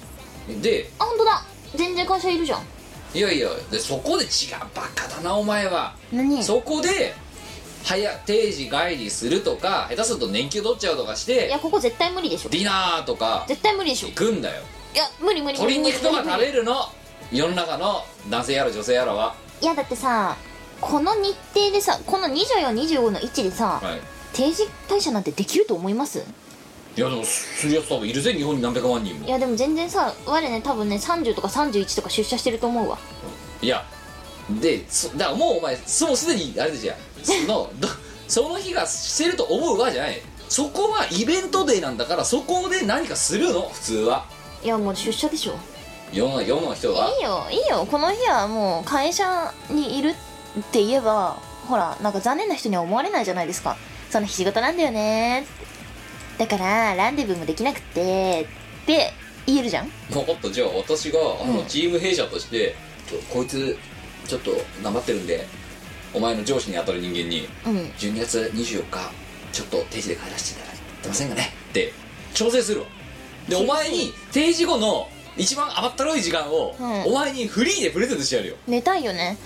S5: で、
S1: あ、本当だ、全然会社いるじゃん。
S5: いやいやでそこで違う、バカだなお前は。
S1: 何？
S5: そこで早定時帰りするとか、下手すると年休取っちゃうとかし
S1: い
S5: て
S1: や、ここ絶対無理でしょ。
S5: ディナーとか
S1: 絶対無理でしょ。
S5: 行くんだよ。
S1: いや、無理無理無理
S5: 鶏肉とか食べるの、世の中の男性やら女性やらは。
S1: いや、だってさ、この日程でさ、このにじゅうよん、にじゅうごの位置でさ、
S5: はい、
S1: 定時退社なんてできると思います？
S5: いやでもするやつ多分いるぜ、日本に何百万人も。
S1: いやでも全然さ、我ね多分ねさんじゅうとかさんじゅういちとか出社してると思うわ。
S5: いやでそだからもうお前そもうすでにあれでじゃんそのどその日がしてると思うわじゃない。そこはイベントデーなんだから、そこで何かするの普通は。
S1: いやもう出社でしょ。
S5: 世の世の人は。
S1: いいよいいよ、この日はもう会社にいるって言えば、ほらなんか残念な人には思われないじゃないですか。その日仕事なんだよね、だからランデブーもできなくてって言えるじゃん。
S5: 分かった、じゃあ私があの、
S1: うん
S5: チーム弊社としてちょこいつちょっと頑張ってるんで、お前の上司に当たる人間に、
S1: うん、
S5: じゅうにがつにじゅうよっかちょっと定時で帰らせていただいてませんかねって調整するわ。でお前に定時後の一番甘ったるい時間を、うん、お前にフリーでプレゼントしてやるよ。
S1: 寝たいよね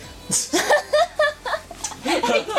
S1: 寝たい、なんで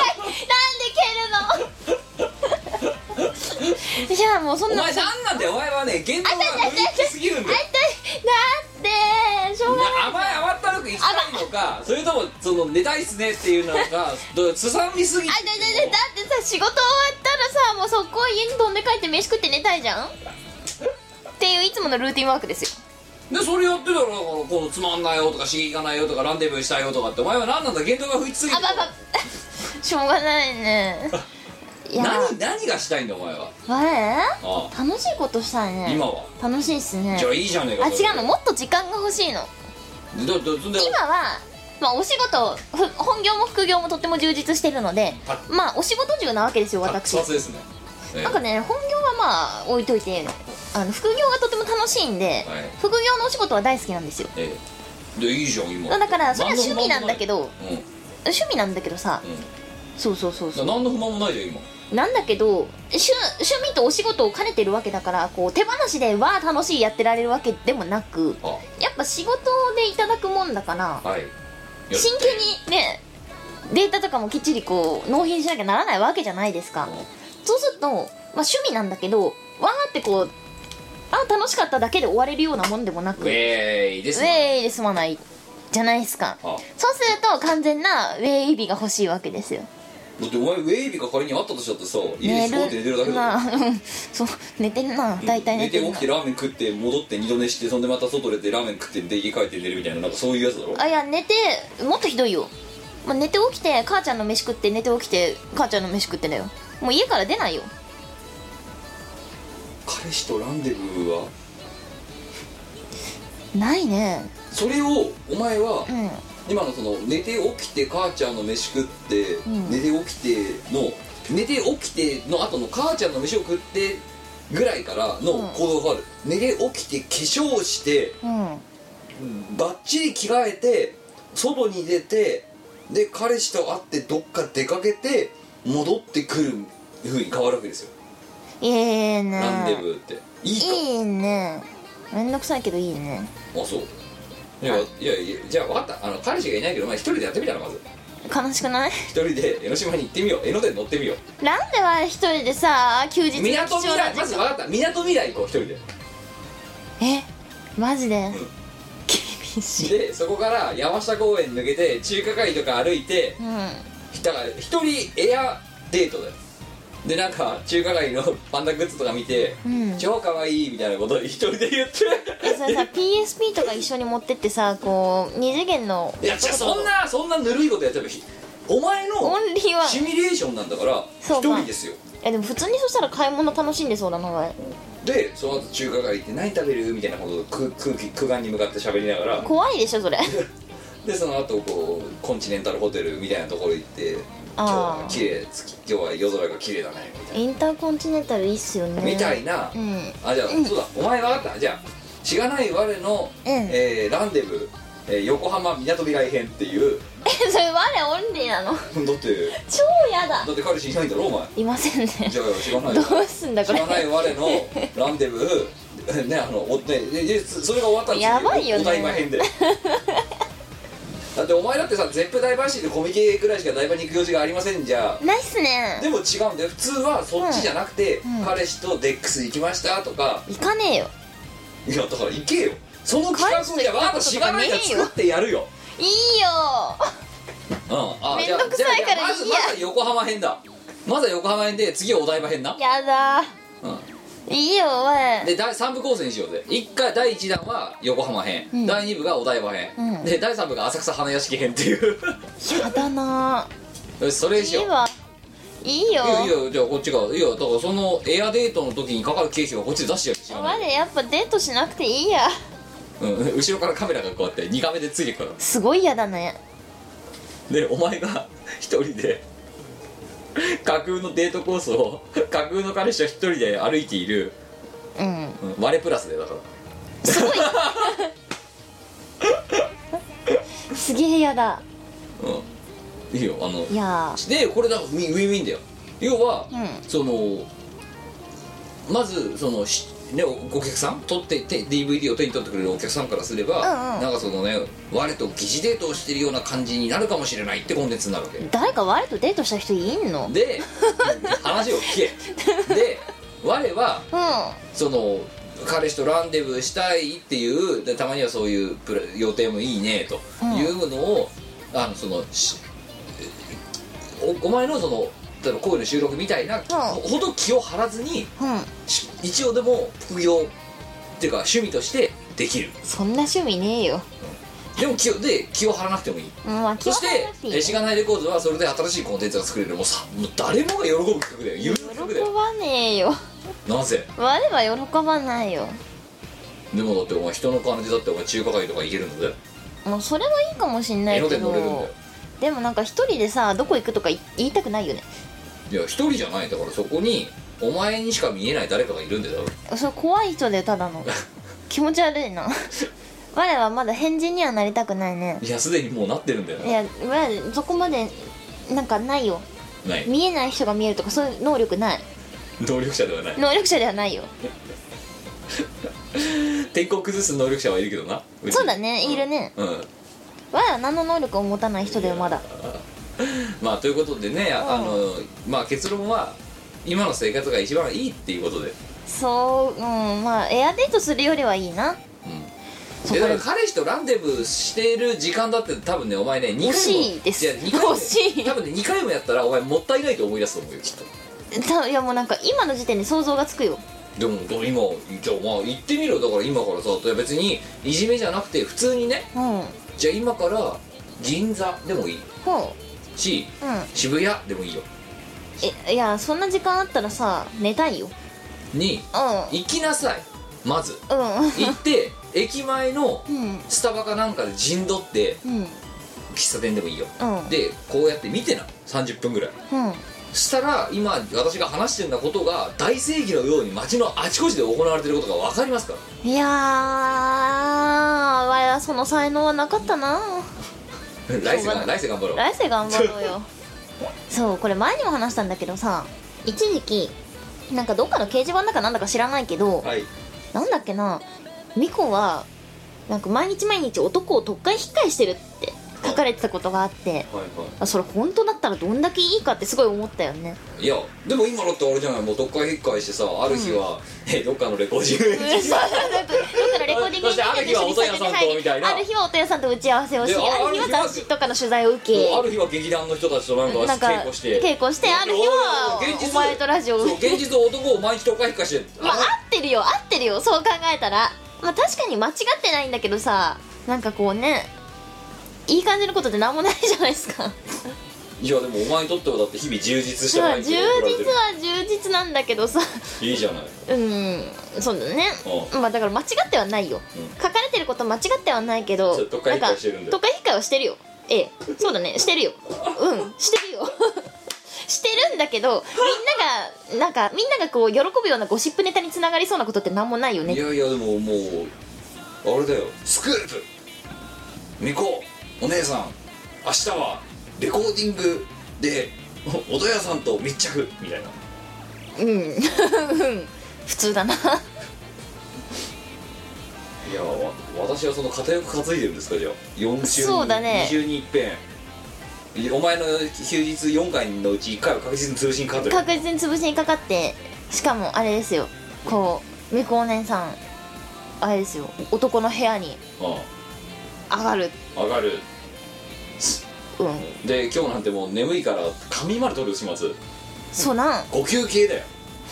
S1: 蹴るのじゃあもうそんな、
S5: お前なんなんだよ、お前はね言動が不意すぎるんだよ。
S1: だってしょうがない。
S5: 甘い甘ったるく行きたいのか、それともその寝たいっすねっていうのがすさみすぎて。
S1: あ、だだだだってさ、仕事終わったらさ、もう速攻家に飛んで帰って飯食って寝たいじゃんっていういつものルーティンワークですよ。
S5: でそれやってたら、このつまんないよとか刺激がないよとかランデブーしたいよとかって、お前は何なんだ、言動が不一すぎて。
S1: あ、ばばしょうがないねいや
S5: 何何がしたいんだお前は。
S1: 我
S5: ああ
S1: 楽しいことしたいね。
S5: 今は
S1: 楽しいっすね。
S5: じゃあいいじゃねえか。
S1: あ、違うの、もっと時間が欲しいの。
S5: でどどど
S1: 今はまあお仕事、ふ本業も副業もとっても充実してるので、まあお仕事中なわけですよ私。
S5: パツパツですね、ええ、
S1: なんかね、本業はまあ置いといて、あの副業がとても楽しいんで、はい、副業のお仕事は大好きなんですよ、
S5: ええ、でいいじゃん今。
S1: だからそれは趣味なんだけど、うん、趣味なんだけどさ、
S5: うん、
S1: そうそうそうそう、
S5: 何の不満もないじゃん今。
S1: なんだけど趣趣味とお仕事を兼ねてるわけだから、こう手放しでわー楽しいやってられるわけでもなく、やっぱ仕事でいただくもんだから、はい、真剣にねデータとかもきっちりこう納品しなきゃならないわけじゃないですか、うん、そうすると、まあ、趣味なんだけどわーってこうあ楽しかっただけで終われるようなもんでもなく、
S5: ウェーイです
S1: ウェイで済まないじゃないですか。そうすると完全なウェイ日が欲しいわけですよ。
S5: だってお前ウェイビーが仮にあったとしたってさ、家でスポーって寝てるだけだよ。
S1: そう寝てるな、大体寝てるな。
S5: 寝て起きてラーメン食って戻って二度寝して、そんでまた外出てラーメン食ってで家帰って寝るみたいな、なんかそういうやつだろ。
S1: あ、いや寝てもっとひどいよ、まあ、寝て起きて母ちゃんの飯食って寝て起きて母ちゃんの飯食ってだよ。もう家から出ないよ。
S5: 彼氏とランデブーは
S1: ないね。
S5: それをお前は、
S1: うん、
S5: 今のその寝て起きて母ちゃんの飯食って、うん、寝て起きての寝て起きての後の母ちゃんの飯を食ってぐらいからの行動がある、うん、寝て起きて化粧して、うん、バッチリ着替えて外に出て、で彼氏と会ってどっか出かけて戻ってくる風に変わるわけですよ。
S1: いいね、
S5: ランデブーっていいか。
S1: いいね、めんどくさいけどいいね。
S5: あ、そう。いやいやいや、じゃあ分かった、あの彼氏がいないけど、まあ、一人でやってみたら、まず
S1: 悲しくない？
S5: 一人で江ノ島に行ってみよう。江ノ電乗ってみよ
S1: う。なんでは一人でさ、休日の貴重な
S5: 港未来、まず分かった、港未来行こう、一人で。
S1: え、マジで、うん、厳しい。
S5: でそこから山下公園抜けて中華街とか歩いて、うん、だから一人エアデートだよ。でなんか中華街のパンダグッズとか見て、うん、超かわいいみたいなことを一人で言って
S1: え、それさピーエスピー とか一緒に持ってってさ、こう二次元の、
S5: いやじゃあそんなそんなぬるいことやってばお前のシミュレーションなんだから一人ですよ。
S1: いやでも普通にそしたら買い物楽しんでそうだな、お前。
S5: でその後中華街行って何食べるみたいなことを空空気空間に向かって喋りながら、
S1: 怖いでしょそれ
S5: でその後こうコンチネンタルホテルみたいなところ行って、今日は綺麗、今日は夜空が綺麗だねみたいな、
S1: インターコンチネンタルいいっすよね
S5: みたいな、うん、あじゃあ、うん、そうだ、お前分かった。じゃあしがない我の、うん、えー、ランデブー、えー、横浜みなとみらい編っていう
S1: えそれ我オンリーなの？
S5: だって
S1: 超やだ。
S5: だって彼氏いないんだろお前。
S1: いませんね。
S5: じゃあ知らない
S1: どうすんだこれ。
S5: 知らない我のランデブーね、あのおねででそれが終わったら次
S1: やばいよね
S5: お台場編でだってお前だってさゼップダイバーシティでコミケぐらいしか台場に行く用事がありませんじゃ
S1: ないっすね。
S5: でも違うんだよ。普通はそっちじゃなくて、
S1: うんうん、
S5: 彼氏とデックス行きましたとか。
S1: 行かねえよ。
S5: いやだから行けよ。その企画をじゃあわざとしがないから作ってやるよ。
S1: いいよ
S5: うん、あ
S1: めんどくさいからいいや。
S5: まずまずは横浜編だ。まずは横浜編で次はお台場編な。
S1: やだ
S5: うん
S1: いいよお前。
S5: でださん部構成にしようぜ。いっかいだいいちだんは横浜編、うん、だいに部がお台場編、うん、でだいさん部が浅草花屋敷編っていう
S1: やだな
S5: よしそれにしよう。
S1: いいわいいよ
S5: いいよ。じゃあこっちがいいよ。だからそのエアデートの時にかかる経費はこっちで出してやる。
S1: お前やっぱデートしなくていいや。
S5: うん、後ろからカメラがこうやってに画目でついてくから。
S1: すごいやだね。
S5: でお前が一人で架空のデートコースを架空の彼氏と一人で歩いている、
S1: うん、
S5: うん、割れプラスでだから
S1: すごいすげえやだ。
S5: うんいいよ。あの
S1: いや
S5: でこれだウィンウィンウィンだよ。要は、うん、そのまずそのね、お客さん撮ってて ディーブイディー を手に取ってくれるお客さんからすれば、うんうん、なんかそのね我と疑似デートをしてるような感じになるかもしれないってコンテンツになるわけ。
S1: 誰か我とデートした人いんの？
S5: で話を聞けで我は、うん、その彼氏とランデブーしたいっていうでたまにはそういうプラ予定もいいねというのを、うん、あのそのお, お前のその例えば声の収録みたいな、うん、ほど気を張らずに、うん、一応でも副業っていうか趣味としてできる。
S1: そんな趣味ねえよ、
S5: うん、でも気をで気を張らなくてもいい、
S1: うんまあ、
S5: そしてしがないレコードはそれで新しいコンテンツが作れる。もうさもう誰もが喜ぶ企画だよ。有名企画だよ。
S1: 喜ばねえよ。
S5: なぜ？
S1: 我は喜ばないよ。
S5: でもだってお前人の金でだってお前中華街とか行けるので
S1: もうそれはいいかもしんないけど、
S5: 江ノ電乗れるんだよ。
S1: でもなんか一人でさどこ行くとか言いたくないよね。
S5: いや一人じゃない。だからそこにお前にしか見えない誰かがいるんだよ。
S1: それ怖い人でただの気持ち悪いな我はまだ変人にはなりたくないね。
S5: いやすでにもうなってるんだよな。
S1: いや我そこまでなんかないよ。
S5: ない
S1: 見えない人が見えるとかそういう能力ない。
S5: 能力者ではない。
S1: 能力者ではないよ
S5: 天候崩す能力者はいるけどな。
S1: そうだね、うん、いるね。うん我は何の能力を持たない人だよまだ。
S5: まあということでね、あのまあ結論は今の生活が一番いいっていうことで。
S1: そう、うん、まあエアデートするよりはいいな。うん
S5: でだから彼氏とランデブーしている時間だって多分ねお前ねにかいも
S1: 欲しいです。
S5: いやにかいも欲しい。多分ねにかいもやったらお前もったいないと思い出すと思うよきっ
S1: と。いやもうなんか今の時点で想像がつくよ。
S5: でも今じゃあまあ言ってみろ。だから今からさ別にいじめじゃなくて普通にね、うん、じゃあ今から銀座でもいい、うん、し、うん、渋谷でもいいよ。
S1: えいやそんな時間あったらさ寝たいよ。
S5: に、うん、行きなさいまず、うん、行って駅前のスタバかなんかで陣取って、うん、喫茶店でもいいよ、うん、でこうやって見てなさんじゅっぷんぐらい、うんしたら今私が話してるようなことが大正義のように街のあちこちで行われてることが分かりますから。
S1: いやーわやその才能はなかったな
S5: 来世が来世頑張ろう
S1: 来世頑張ろうよそうこれ前にも話したんだけどさ一時期なんかどっかの掲示板だかなんだか知らないけど、はい、なんだっけなミコはなんか毎日毎日男を特会引っかえしてるって書かれてたことがあって、はいはい、あそれ本当だったらどんだけいいかってすごい思ったよね。
S5: いやでも今のってあれじゃない、もう特会引っかえしてさある日は、うん、えどっかのレコーディングどっかのレコーディングそしてある日は音屋さんとみたいな、
S1: ある日は音屋さんと打ち合わせをし、ある日は雑誌とかの取材を受け、
S5: ある日は劇団の人たちとなんか稽古して
S1: 稽古して、ある日はお前とラジオを
S5: 現実の男を毎日特会引っかえして
S1: まあ合ってるよ合ってるよそう考えたら、まあ確かに間違ってないんだけどさ、なんかこうねいい感じのことってなんもないじゃないですか
S5: いやでもお前にとってはだって日々充実した毎日
S1: 充実は充実なんだけどさ
S5: いいじゃない。
S1: うんそうだね、まあだから間違ってはないよ、うん、書かれてること間違ってはないけど
S5: 特会引っかえしてるんだよ。
S1: 特会引っかえはしてるよ。ええそうだねしてるようんしてるよしてるんだけどみんながなんかみんながこう喜ぶようなゴシップネタにつながりそうなことってなんもないよね。
S5: いやいやでももうあれだよスクープミコお姉さん明日はレコーディングで音屋さんと密着みたいな。
S1: うん普通だな。い
S5: やわ私はその片翼担いでるんですか。じゃあよん週に
S1: そうだね
S5: に週にいっぺんお前の休日よんかいのうちいっかいは確実に潰しにかかってる。
S1: 確実に潰しにかかって、しかもあれですよ、こうみこお姉さんあれですよ、男の部屋に上がる、
S5: 上がる。
S1: うん
S5: で今日なんてもう眠いから仮眠まで取る始末。
S1: そうなん
S5: 呼吸系だよ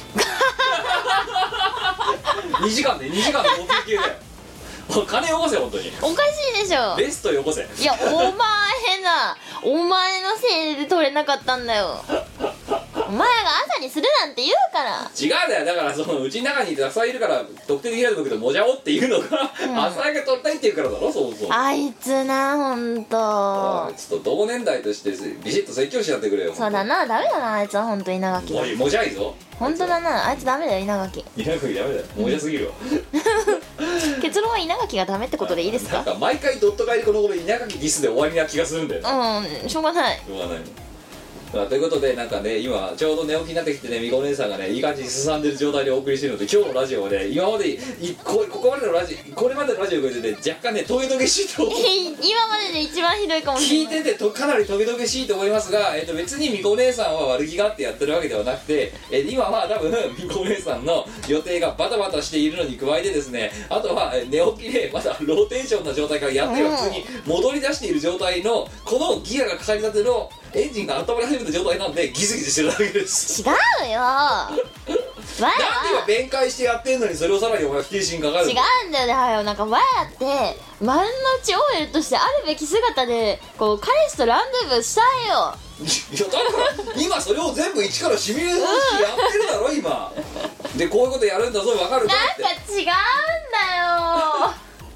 S5: にじかんでにじかんで呼吸系だよ金よこせ本当に。
S1: おかしいでしょ。
S5: ベストよこせ。
S1: いやお前な、お前のせいで取れなかったんだよ。お前が朝にするなんて言うから。
S5: 違うんだよ。だからそのうちの中にたくさんいるから特定できないと思うけどもじゃおっていうのが、うん、朝だけ取りたいって言うからだろ。そうそう、
S1: あいつな、ほんと
S5: ちょっと同年代としてビシッと説教しちゃってくれよ。
S1: そうだな、ダメだなあいつは。ほんと稲垣
S5: おいもじゃいぞ。
S1: ほんとだな、あいつダメだよ稲垣。
S5: 稲垣ダメだよ、もじゃすぎるわ
S1: 結論は稲垣がダメってことでいいですか。
S5: なんか毎回ドット帰りこの頃稲垣ディスで終わりな気がするんだよ。
S1: うん、しょうがない
S5: しょうがない。まあ、ということでなんかね今ちょうど寝起きになってきてねみこお姉さんがねいい感じにすさんでる状態でお送りしてるので、今日のラジオはね今までいこここまでのラジオこれまでのラジオに比べて、ね、若干ねトゲトゲしいと思う
S1: 今までで一番ひどいかもしれない。
S5: 聞いててとかなりトゲトゲしいと思いますが、えっと、別にみこお姉さんは悪気があってやってるわけではなくて、え今は多分みこお姉さんの予定がバタバタしているのに加えてですね、あとは寝起きでまだローテンションな状態からやっては普通に戻り出している状態のこのギアがかかりたてのエンジンが温まり始めた状態なんでギスギスしてるだけです。
S1: 違うよなんで
S5: 今弁解してやってんのにそれをさらにお前は否定しにかかる。
S1: 違うんだよね、はよ。なんか前だって丸の内 オーエル としてあるべき姿でこう彼氏とランデブーしたいよ。
S5: いやだから今それを全部一からシミュレーションしてやってるだろ今でこういうことやるんだぞ分かるかって。
S1: なんか違うんだよ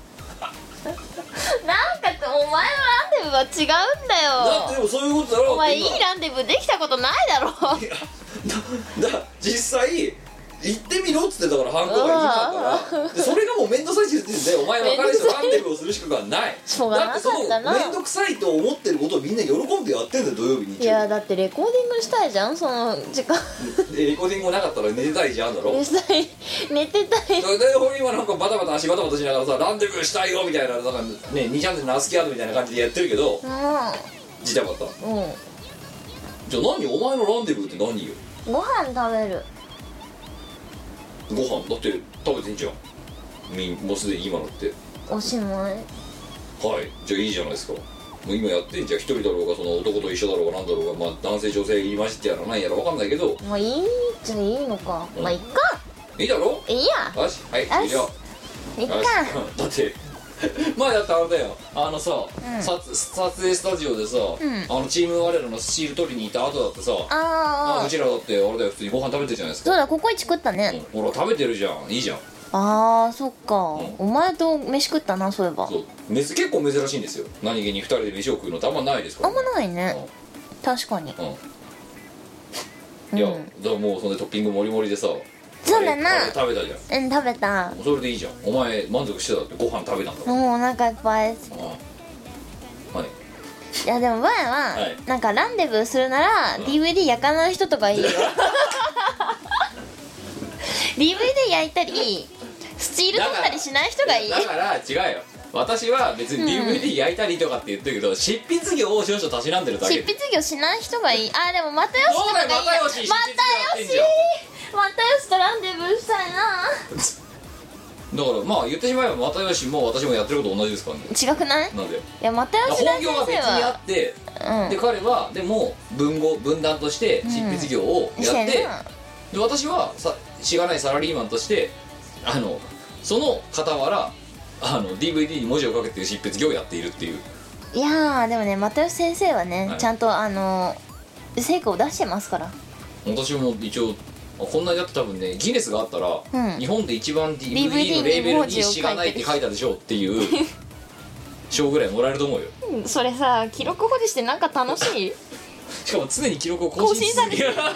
S1: なんかお前のランデブーは違うんだよ。
S5: だってでもそういうことだろ。
S1: お前いいランデブーできたことないだろ。
S5: いやだだ実際行ってみろっつってたからハンコがいじったからでそれがもう面倒くさいって言ってんでお前は彼氏とランデブーをする資格はない
S1: しょうがなかったな。
S5: だってその面倒くさいと思ってることをみんな喜んでやってんだよ土曜日に。
S1: いやだってレコーディングしたいじゃんその時間
S5: でレコーディングもなかったら寝てたいじゃんだろ。
S1: 寝たい寝てたい。
S5: で俺今なんかバタバタ足バタバタしながらさランデブーしたいよみたいななんかねにチャンネルのアスキーアートみたいな感じでやってるけど、うん、自体かった。うんじゃあ何お前のランデブーって何よ。
S1: ご飯食べる。
S5: ご飯だって食べてんじゃんみんもうすでに今のって
S1: おしまい。
S5: はいじゃあいいじゃないですか。もう今やってんじゃん。一人だろうがその男と一緒だろうがなんだろうが、まあ男性女性言いましてやらないやら分かんないけど
S1: もういいじゃいいのか、うん、まあいっか
S5: いいだろ
S1: いいや
S5: よしはい終了
S1: いっか
S5: だって前だってあれだよあのさ、うん、撮, 撮影スタジオでさ、うん、あのチーム我らのスチール取りに行った後だってさああうちらだってあれだよ普通にご飯食べてるじゃないですか。
S1: そうだココイチ食ったね、
S5: うん、ほら食べてるじゃんいいじゃん。
S1: あーそっか、うん、お前と飯食ったなそういえば。そう
S5: 結構珍しいんですよ何気にふたりで飯を食うのってあんまないですから、ね、
S1: あんまないね、うん、確かに、
S5: うん、いや、うん、だからもうそんでトッピングもりもりでさ
S1: そうだな
S5: 食べたじゃん。
S1: うん食べた。
S5: それでいいじゃんお前満足してたってご飯食べたんだ
S1: もうお腹いっぱいです。
S5: はい
S1: いやでも前は、はい、なんかランデブーするなら、うん、ディーブイディー 焼かない人とかいいよディーブイディー 焼いたりスチール取ったりしない人がいい。
S5: だから違うよ私は別に ディーブイディー 焼いたりとかって言ってるけど、うん、執筆業を少々たしなんでるだけ。
S1: 執筆業しない人がいい。あでも又吉とかがいいな。
S5: 又吉
S1: 又吉又吉とランデブーしたいな
S5: だからまあ言ってしまえば又吉も私もやってること同じですからね。
S1: 違くない？
S5: なんで？
S1: いや又吉大先生は
S5: 本業は別にあって、うん、で彼はでも文豪分断として執筆業をやって、うん、で私はさしがないサラリーマンとしてあのその傍らあの ディーブイディー に文字をかけてる執筆業をやっているっていう。
S1: いやーでもね又吉先生はね、はい、ちゃんとあの成果を出してますから。
S5: 私も一応こんなにだって多分ねギネスがあったら、うん、日本で一番 ディーブイディー のレーベルにしがないって書いたでしょうっていう賞ぐらいもらえると思うよ、
S1: うん、それさ記録保持してなんか楽しい
S5: しかも常に記録を更新し続けるま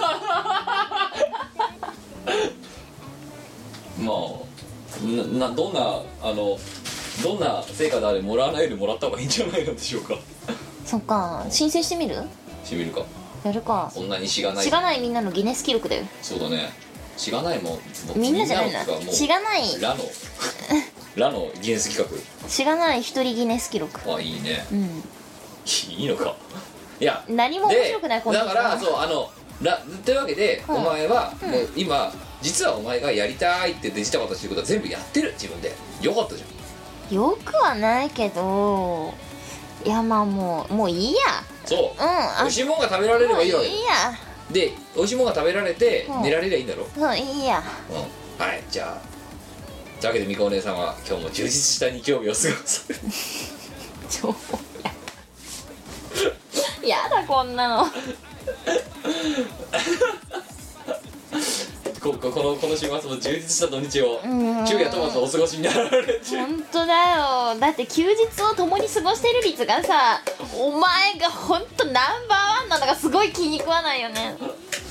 S5: あななどんなあのどんな成果であれもらわないよりもらった方がいいんじゃないのでしょうか
S1: そっか、申請してみる？
S5: してみるか。
S1: やるか。
S5: こんなにしがない
S1: しがないみんなのギネス記録だよ。
S5: そうだね。しがないもん
S1: みんなじゃないな、しがない
S5: ラのラのギネス企画。
S1: しがない一人ギネス記録。
S5: あ、いいね。
S1: うん、
S5: いいのか。いや
S1: 何も面白くないコンテンツ
S5: だからそう、あのラというわけで、うん、お前はもう今、うん、実はお前がやりたいってデジタル渡してることは全部やってる。自分でよかったじゃん。
S1: よくはないけど、いやまあもうもういいや。
S5: そう、
S1: うん、
S5: 美味しいもんが食べられればいいわけ。
S1: いいや
S5: で、美味しいもんが食べられて、うん、寝られりゃいいんだろ。
S1: そう、いいや。
S5: うん、はい、じゃあというわけでみこお姉さんは今日も充実した日曜日を過ごす
S1: 超ややだこんなの
S5: こ, こ, このこの週末も充実した土日を昼夜問わずお過ごしになられて、
S1: 本当だよ。だって休日を共に過ごしてる率がさ、お前が本当ナンバーワンなのがすごい気に食わないよね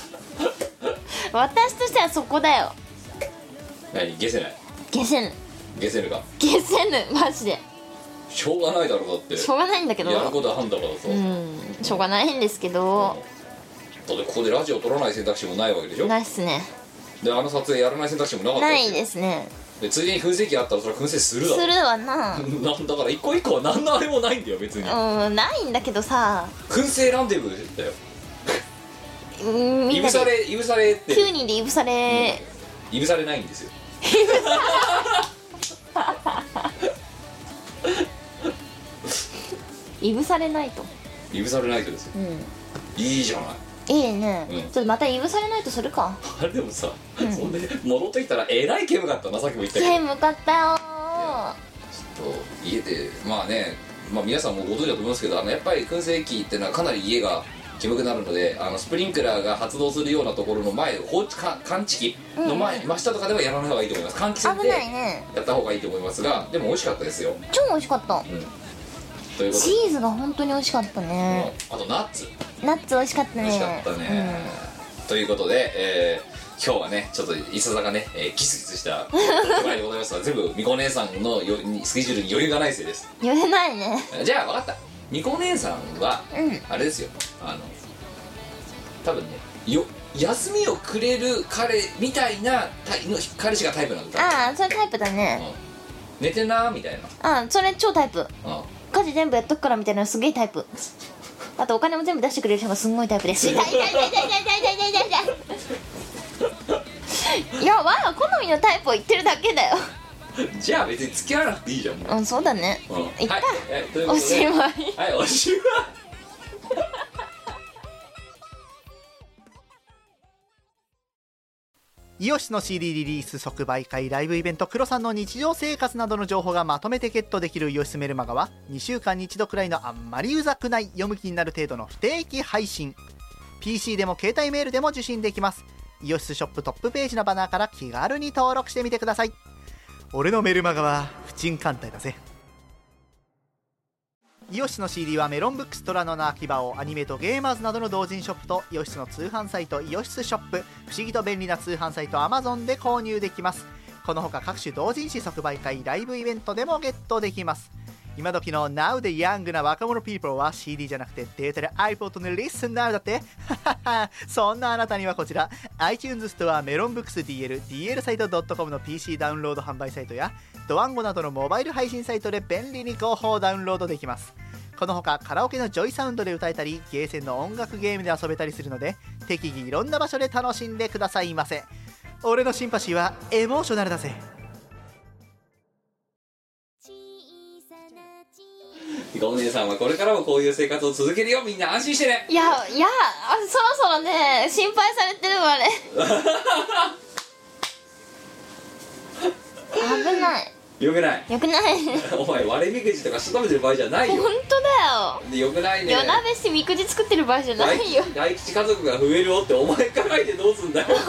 S1: 私としてはそこだよ。
S5: 何、ゲセない？
S1: ゲセぬ
S5: ゲセぬか
S1: ゲセぬマジで
S5: しょうがないだろ。だって
S1: しょうがないんだけど、
S5: やることは半だからさ、
S1: うん、しょうがないんですけど、
S5: だってここでラジオ撮らない選択肢もないわけでしょ。
S1: ないっすね。
S5: で、あの撮影やらない選択肢もなかったわけ
S1: ないですね。
S5: で、ついでに噴石あったらそれは噴石するだろ。
S1: するわな
S5: なんだから一個一個は何のあれもないんだよ別に。
S1: うん、ないんだけどさ、
S5: 燻製ランデブーだよ。
S1: うん、
S5: いぶされ、いぶされって
S1: きゅうにんでいぶされ、
S5: うん、いぶされないんですよ
S1: いぶされないと
S5: いぶされないとですよ、うん、いいじゃない。
S1: いいね、うん、ちょっとまたいぶされないとするか。
S5: あれでもさ、うん、そんで戻ってきたらえらい煙かったな。さっきも言ったけど
S1: 煙かったよ。
S5: ちょっと家でまあね、まあ皆さんもご存知だと思いますけど、あのやっぱり燻製機ってのはかなり家が煙くなるので、あのスプリンクラーが発動するようなところの前、放置か感知器の前、うん、真下とかではやらない方がいいと思います。換気扇でやった方がいいと思いますが、でも美味しかったですよ。
S1: 超美味しかった、うん、ということチーズが本当に美味しかったね、
S5: うん、あとナッツ
S1: ナッツ美味しかったね。
S5: 美味しかったね、うん、ということで、えー、今日はねちょっといささかね、えー、ギスギスしたところでございますが全部みこ姉さんのよスケジュールに余裕がないせいです。
S1: 余裕ないね。
S5: じゃあ分かった。みこ姉さんは、うん、あれですよ、あの多分ねよ休みをくれる彼みたいなの彼氏がタイプなんだ。
S1: ああ、それタイプだね、
S5: うん、寝てなーみたいな。
S1: ああ、それ超タイプ、うん、家事全部やっとくからみたいなのすげえタイプ。あとお金も全部出してくれる人がすんごいタイプです。痛い痛い痛い痛い痛い痛い痛い痛い痛い。いや、わあ好みのタイプを言ってるだけだよ。
S5: じゃあ別に付き合わなくていいじゃん。もう、
S1: うん、そうだね、うん、いった、はい、
S5: お
S1: しまい。
S5: はい、おしまい。
S3: イオシスの シーディー リリース即売会ライブイベントクロさんの日常生活などの情報がまとめてゲットできるイオシスメルマガはにしゅうかんに一度くらいのあんまりうざくない読む気になる程度の不定期配信。 ピーシー でも携帯メールでも受信できます。イオシスショップトップページのバナーから気軽に登録してみてください。俺のメルマガは不沈艦隊だぜ。イオシスの シーディー はメロンブックストラノの秋葉をアニメとゲーマーズなどの同人ショップとイオシスの通販サイトイオシスショップ、不思議と便利な通販サイト Amazon で購入できます。このほか各種同人誌即売会ライブイベントでもゲットできます。今時の Now でヤングな若者 people は シーディー じゃなくてデータで iPod の Listen Now だってそんなあなたにはこちら iTunes ストアメロンブックス ディーエル ディーエル サイト .com の ピーシー ダウンロード販売サイトやドワンゴなどのモバイル配信サイトで便利に広報ダウンロードできます。このほかカラオケのジョイサウンドで歌えたりゲーセンの音楽ゲームで遊べたりするので適宜いろんな場所で楽しんでくださいませ。俺のシンパシーはエモーショナルだぜ。
S5: みこお姉さんはこれからもこういう生活を続けるよ。みんな安心してね。
S1: いやいや、そろそろね心配されてるわね危ない。
S5: よくない
S1: よくない
S5: お前割れみくじとかしためてる場合じゃないよ。
S1: 本当だよ。
S5: よくないね。
S1: 夜鍋してみくじ作ってる場合じゃないよ。
S5: 大吉家族が増えるよってお前からいてどうすんだよ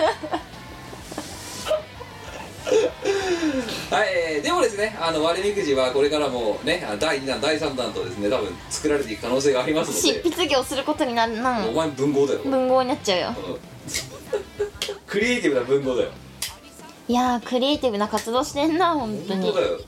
S5: はい、えー、でもですね、あの割れみくじはこれからもねだいにだんだいさんだんとですね多分作られていく可能性がありますので
S1: 執筆業することになるな。
S5: お前文豪だよ。
S1: 文豪になっちゃうよ
S5: クリエイティブな文豪だよ。
S1: いやークリエイティブな活動してんな本当に。
S5: 本当だよ。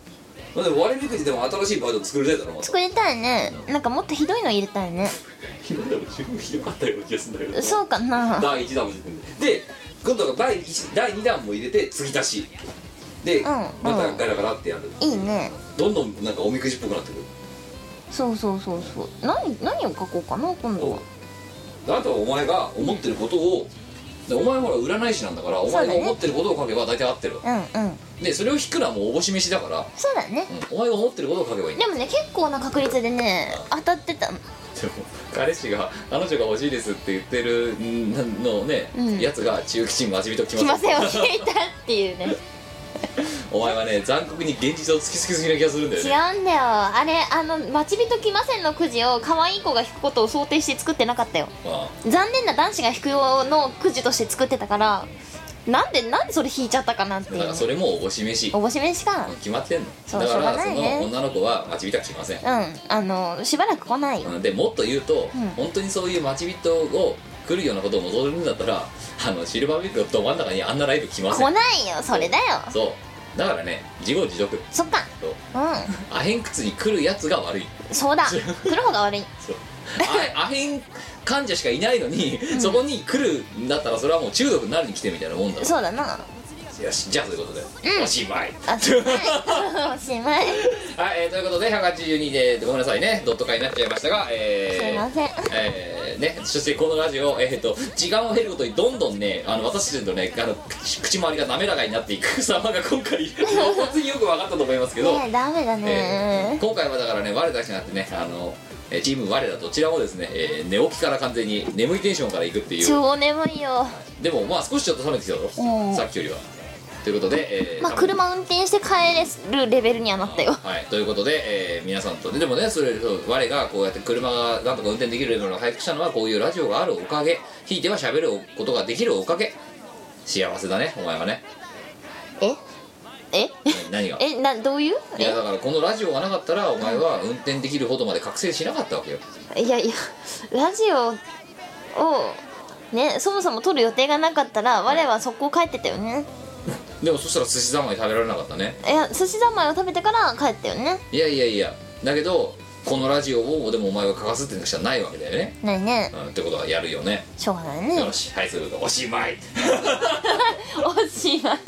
S5: でも割れみくじでも新しいバージョン作りたいだろまた。
S1: 作りたいね。なんかもっとひどいの入れたいね。
S5: ひどいだろ、十分ひどかったような気がするんだけど。
S1: そうかな。
S5: だいいちだんも出てるんで、で今度はだいいちだいにだんも入れて継ぎ足しで、
S1: うん
S5: またガラガラってやる。
S1: いいね。
S5: どんどんなんかおみくじっぽくなってくる。
S1: そうそうそうそう。何何を書こうかな今度は。
S5: あとはお前が思ってることを、でお前ほら占い師なんだから、お前が思ってることを書けば大体合ってる。
S1: うんうん。
S5: でそれを引くのはもうおぼし飯だから、
S1: そうだね。
S5: うん、お前が思ってることを書けばいいんだ。
S1: でもね、結構な確率でね当たってたの。
S5: でも彼氏が彼女が欲しいですって言ってるのね、
S1: うん
S5: やつが中吉待ち人来
S1: 来ま
S5: ません
S1: せんを聞いたっていうね。
S5: お前はね残酷に現実を突きつけすぎな気がするんだよ
S1: 違
S5: ね。
S1: うんだよ。あれ、あの待ち人来ませんのくじを可愛い子が引くことを想定して作ってなかったよ。
S5: あ
S1: 残念な男子が引く用のくじとして作ってたから、なんでなんでそれ引いちゃったかなって
S5: あ、
S1: いう
S5: だからそれもおぼし飯
S1: おぼし飯か。
S5: 決まってんの。
S1: そう
S5: だか
S1: しょうが
S5: らそ
S1: ないね
S5: の女の子は待ち人は来ません。
S1: うん、あのしばらく来ないよ。
S5: うんでもっと言うと、
S1: うん
S5: 本当にそういう待ち人を来るようなことを望んでるんだったら、あのシルバーウィークのど真ん中にあんなライブ来ません。
S1: 来ないよ、それだよ。
S5: そうだからね、自業自得。
S1: そっか。
S5: そう
S1: う
S5: アヘン窟に来るやつが悪い。
S1: ん、そうだ。来る方が悪い。
S5: そうあアヘン患者しかいないのに、そこに来るんだったらそれはもう中毒になりに来てみたいなもんだろ。
S1: そうだな。
S5: よし、じゃあそういうことで、
S1: うん
S5: おしまい。
S1: あ、しまい。おしまい。
S5: はい、えーということでひゃくはちじゅうにでごめんなさいね、ドット化になっちゃいましたが、えー、
S1: すいません。
S5: えー、ね、そしてこのラジオ、えー、と時間を経るごとにどんどんね、あの私たちのね、あの口口周りが滑らかになっていく様が今回本当によく分かったと思いますけど、
S1: ねえ、ダメだ
S5: えー
S1: ね。
S5: 今回はだからね、我だけじゃなくてね、あのえーチーム我らどちらもですね、えー寝起きから完全に眠いテンションからいくっていう。
S1: 超眠いよ。
S5: でもまあ少しちょっと冷めてきたぞ、
S1: うん
S5: さっきよりは。ということで、えー
S1: まあ車運転して帰れるレベルにはなったよ。
S5: はい、ということで、えー皆さんとででもね、それそう我がこうやって車がなんとか運転できるレベルが回復したのはこういうラジオがあるおかげ、ひいては喋ることができるおかげ。幸せだね、お前はね。
S1: ええ
S5: え何が
S1: えなどういう
S5: いやだからこのラジオがなかったらお前は運転できるほどまで覚醒しなかったわけよ。
S1: えいやいや、ラジオをね、そもそも撮る予定がなかったら我は速攻帰ってたよね。
S5: でもそしたら寿司三昧食べられなかったね。
S1: いや、寿司三昧を食べてから帰ったよね。
S5: いやいやいや、だけどこのラジオをでもお前は欠かすっていうのしかないわけだよね。
S1: ないね。
S5: うん、ってことはやるよね。
S1: しょうがないね。
S5: よし、はい、そういうことおしまい
S1: おしまい。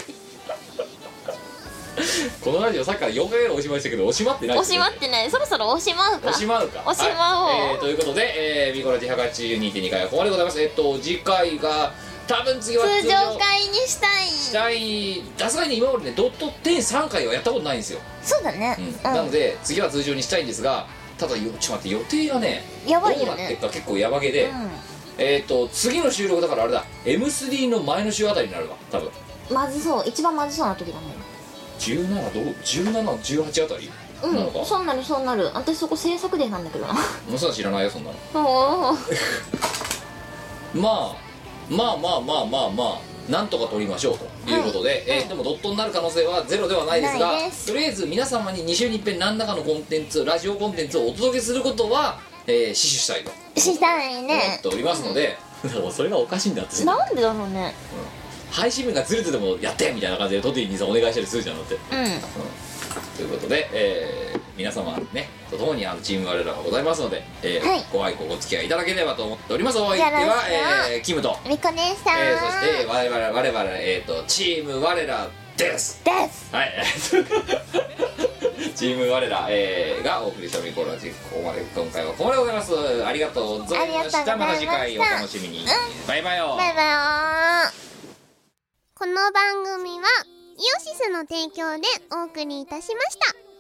S5: このラジオさっきからよんかいぐらいおしまいしたけどおしまってない。
S1: おしまってない。そろそろおしまうか。
S5: おしまうか。
S1: おしまおう。
S5: はいえーということで、えー、ミコラジひゃくはちじゅうにてんにかいはここまでございます。えっと次回が多分次は
S1: 通常会にしたい。
S5: したい。さすがに今までねドット点さんかいはやったことないんですよ。
S1: そうだね。
S5: うん
S1: うん
S5: なので次は通常にしたいんですが、ただよちょっと待って、予定がね
S1: やばいよね
S5: どうなってるか結構やばげで、
S1: う
S5: えっ、と次の収録だからあれだ エムスリー の前の週あたりになるわ多分。
S1: ん。まずそう、一番まずそうな時だね。
S5: じゅうななどうじゅうなな、じゅうはちあたりなのか、
S1: うん、そうなるそうなる。私そこ制作デーなんだけどな。
S5: もうそんな知らないよそんなの。
S1: おお。
S5: まあまあまあまあまあまあなんとか取りましょうということで、
S1: はい
S5: えーでもドットになる可能性はゼロではないですが
S1: ないです
S5: とりあえず皆様にに週に一遍何らかのコンテンツラジオコンテンツをお届けすることは、えー、死守したいと
S1: したい
S5: 思
S1: ね
S5: っておりますので、だからもうそれがおかしいんだって
S1: なんでだろうね。
S5: 配信日がずれてでもやってみたいな感じでトティにさお願いしたりするじゃんだって、
S1: うん。
S5: ということで、えー皆様ねとともにあのチーム我らがございますので、えー
S1: はい
S5: ご愛顧ご付き合いいただければと思っております。お相手は
S1: よろしく、
S5: えーキムと、
S1: みこ姉さん、
S5: えーそして我々我々、えー、とチーム我らです
S1: です。
S5: はいチーム我ら、えーがお送りしたミコラジここまで今回はここまでございます。ありがとうございました。
S1: ありがとうございました
S5: また次回お楽しみに、
S1: うん
S5: バイバイよ
S1: バイバイ。
S6: この番組はイオシスの提供でお送りいたしました。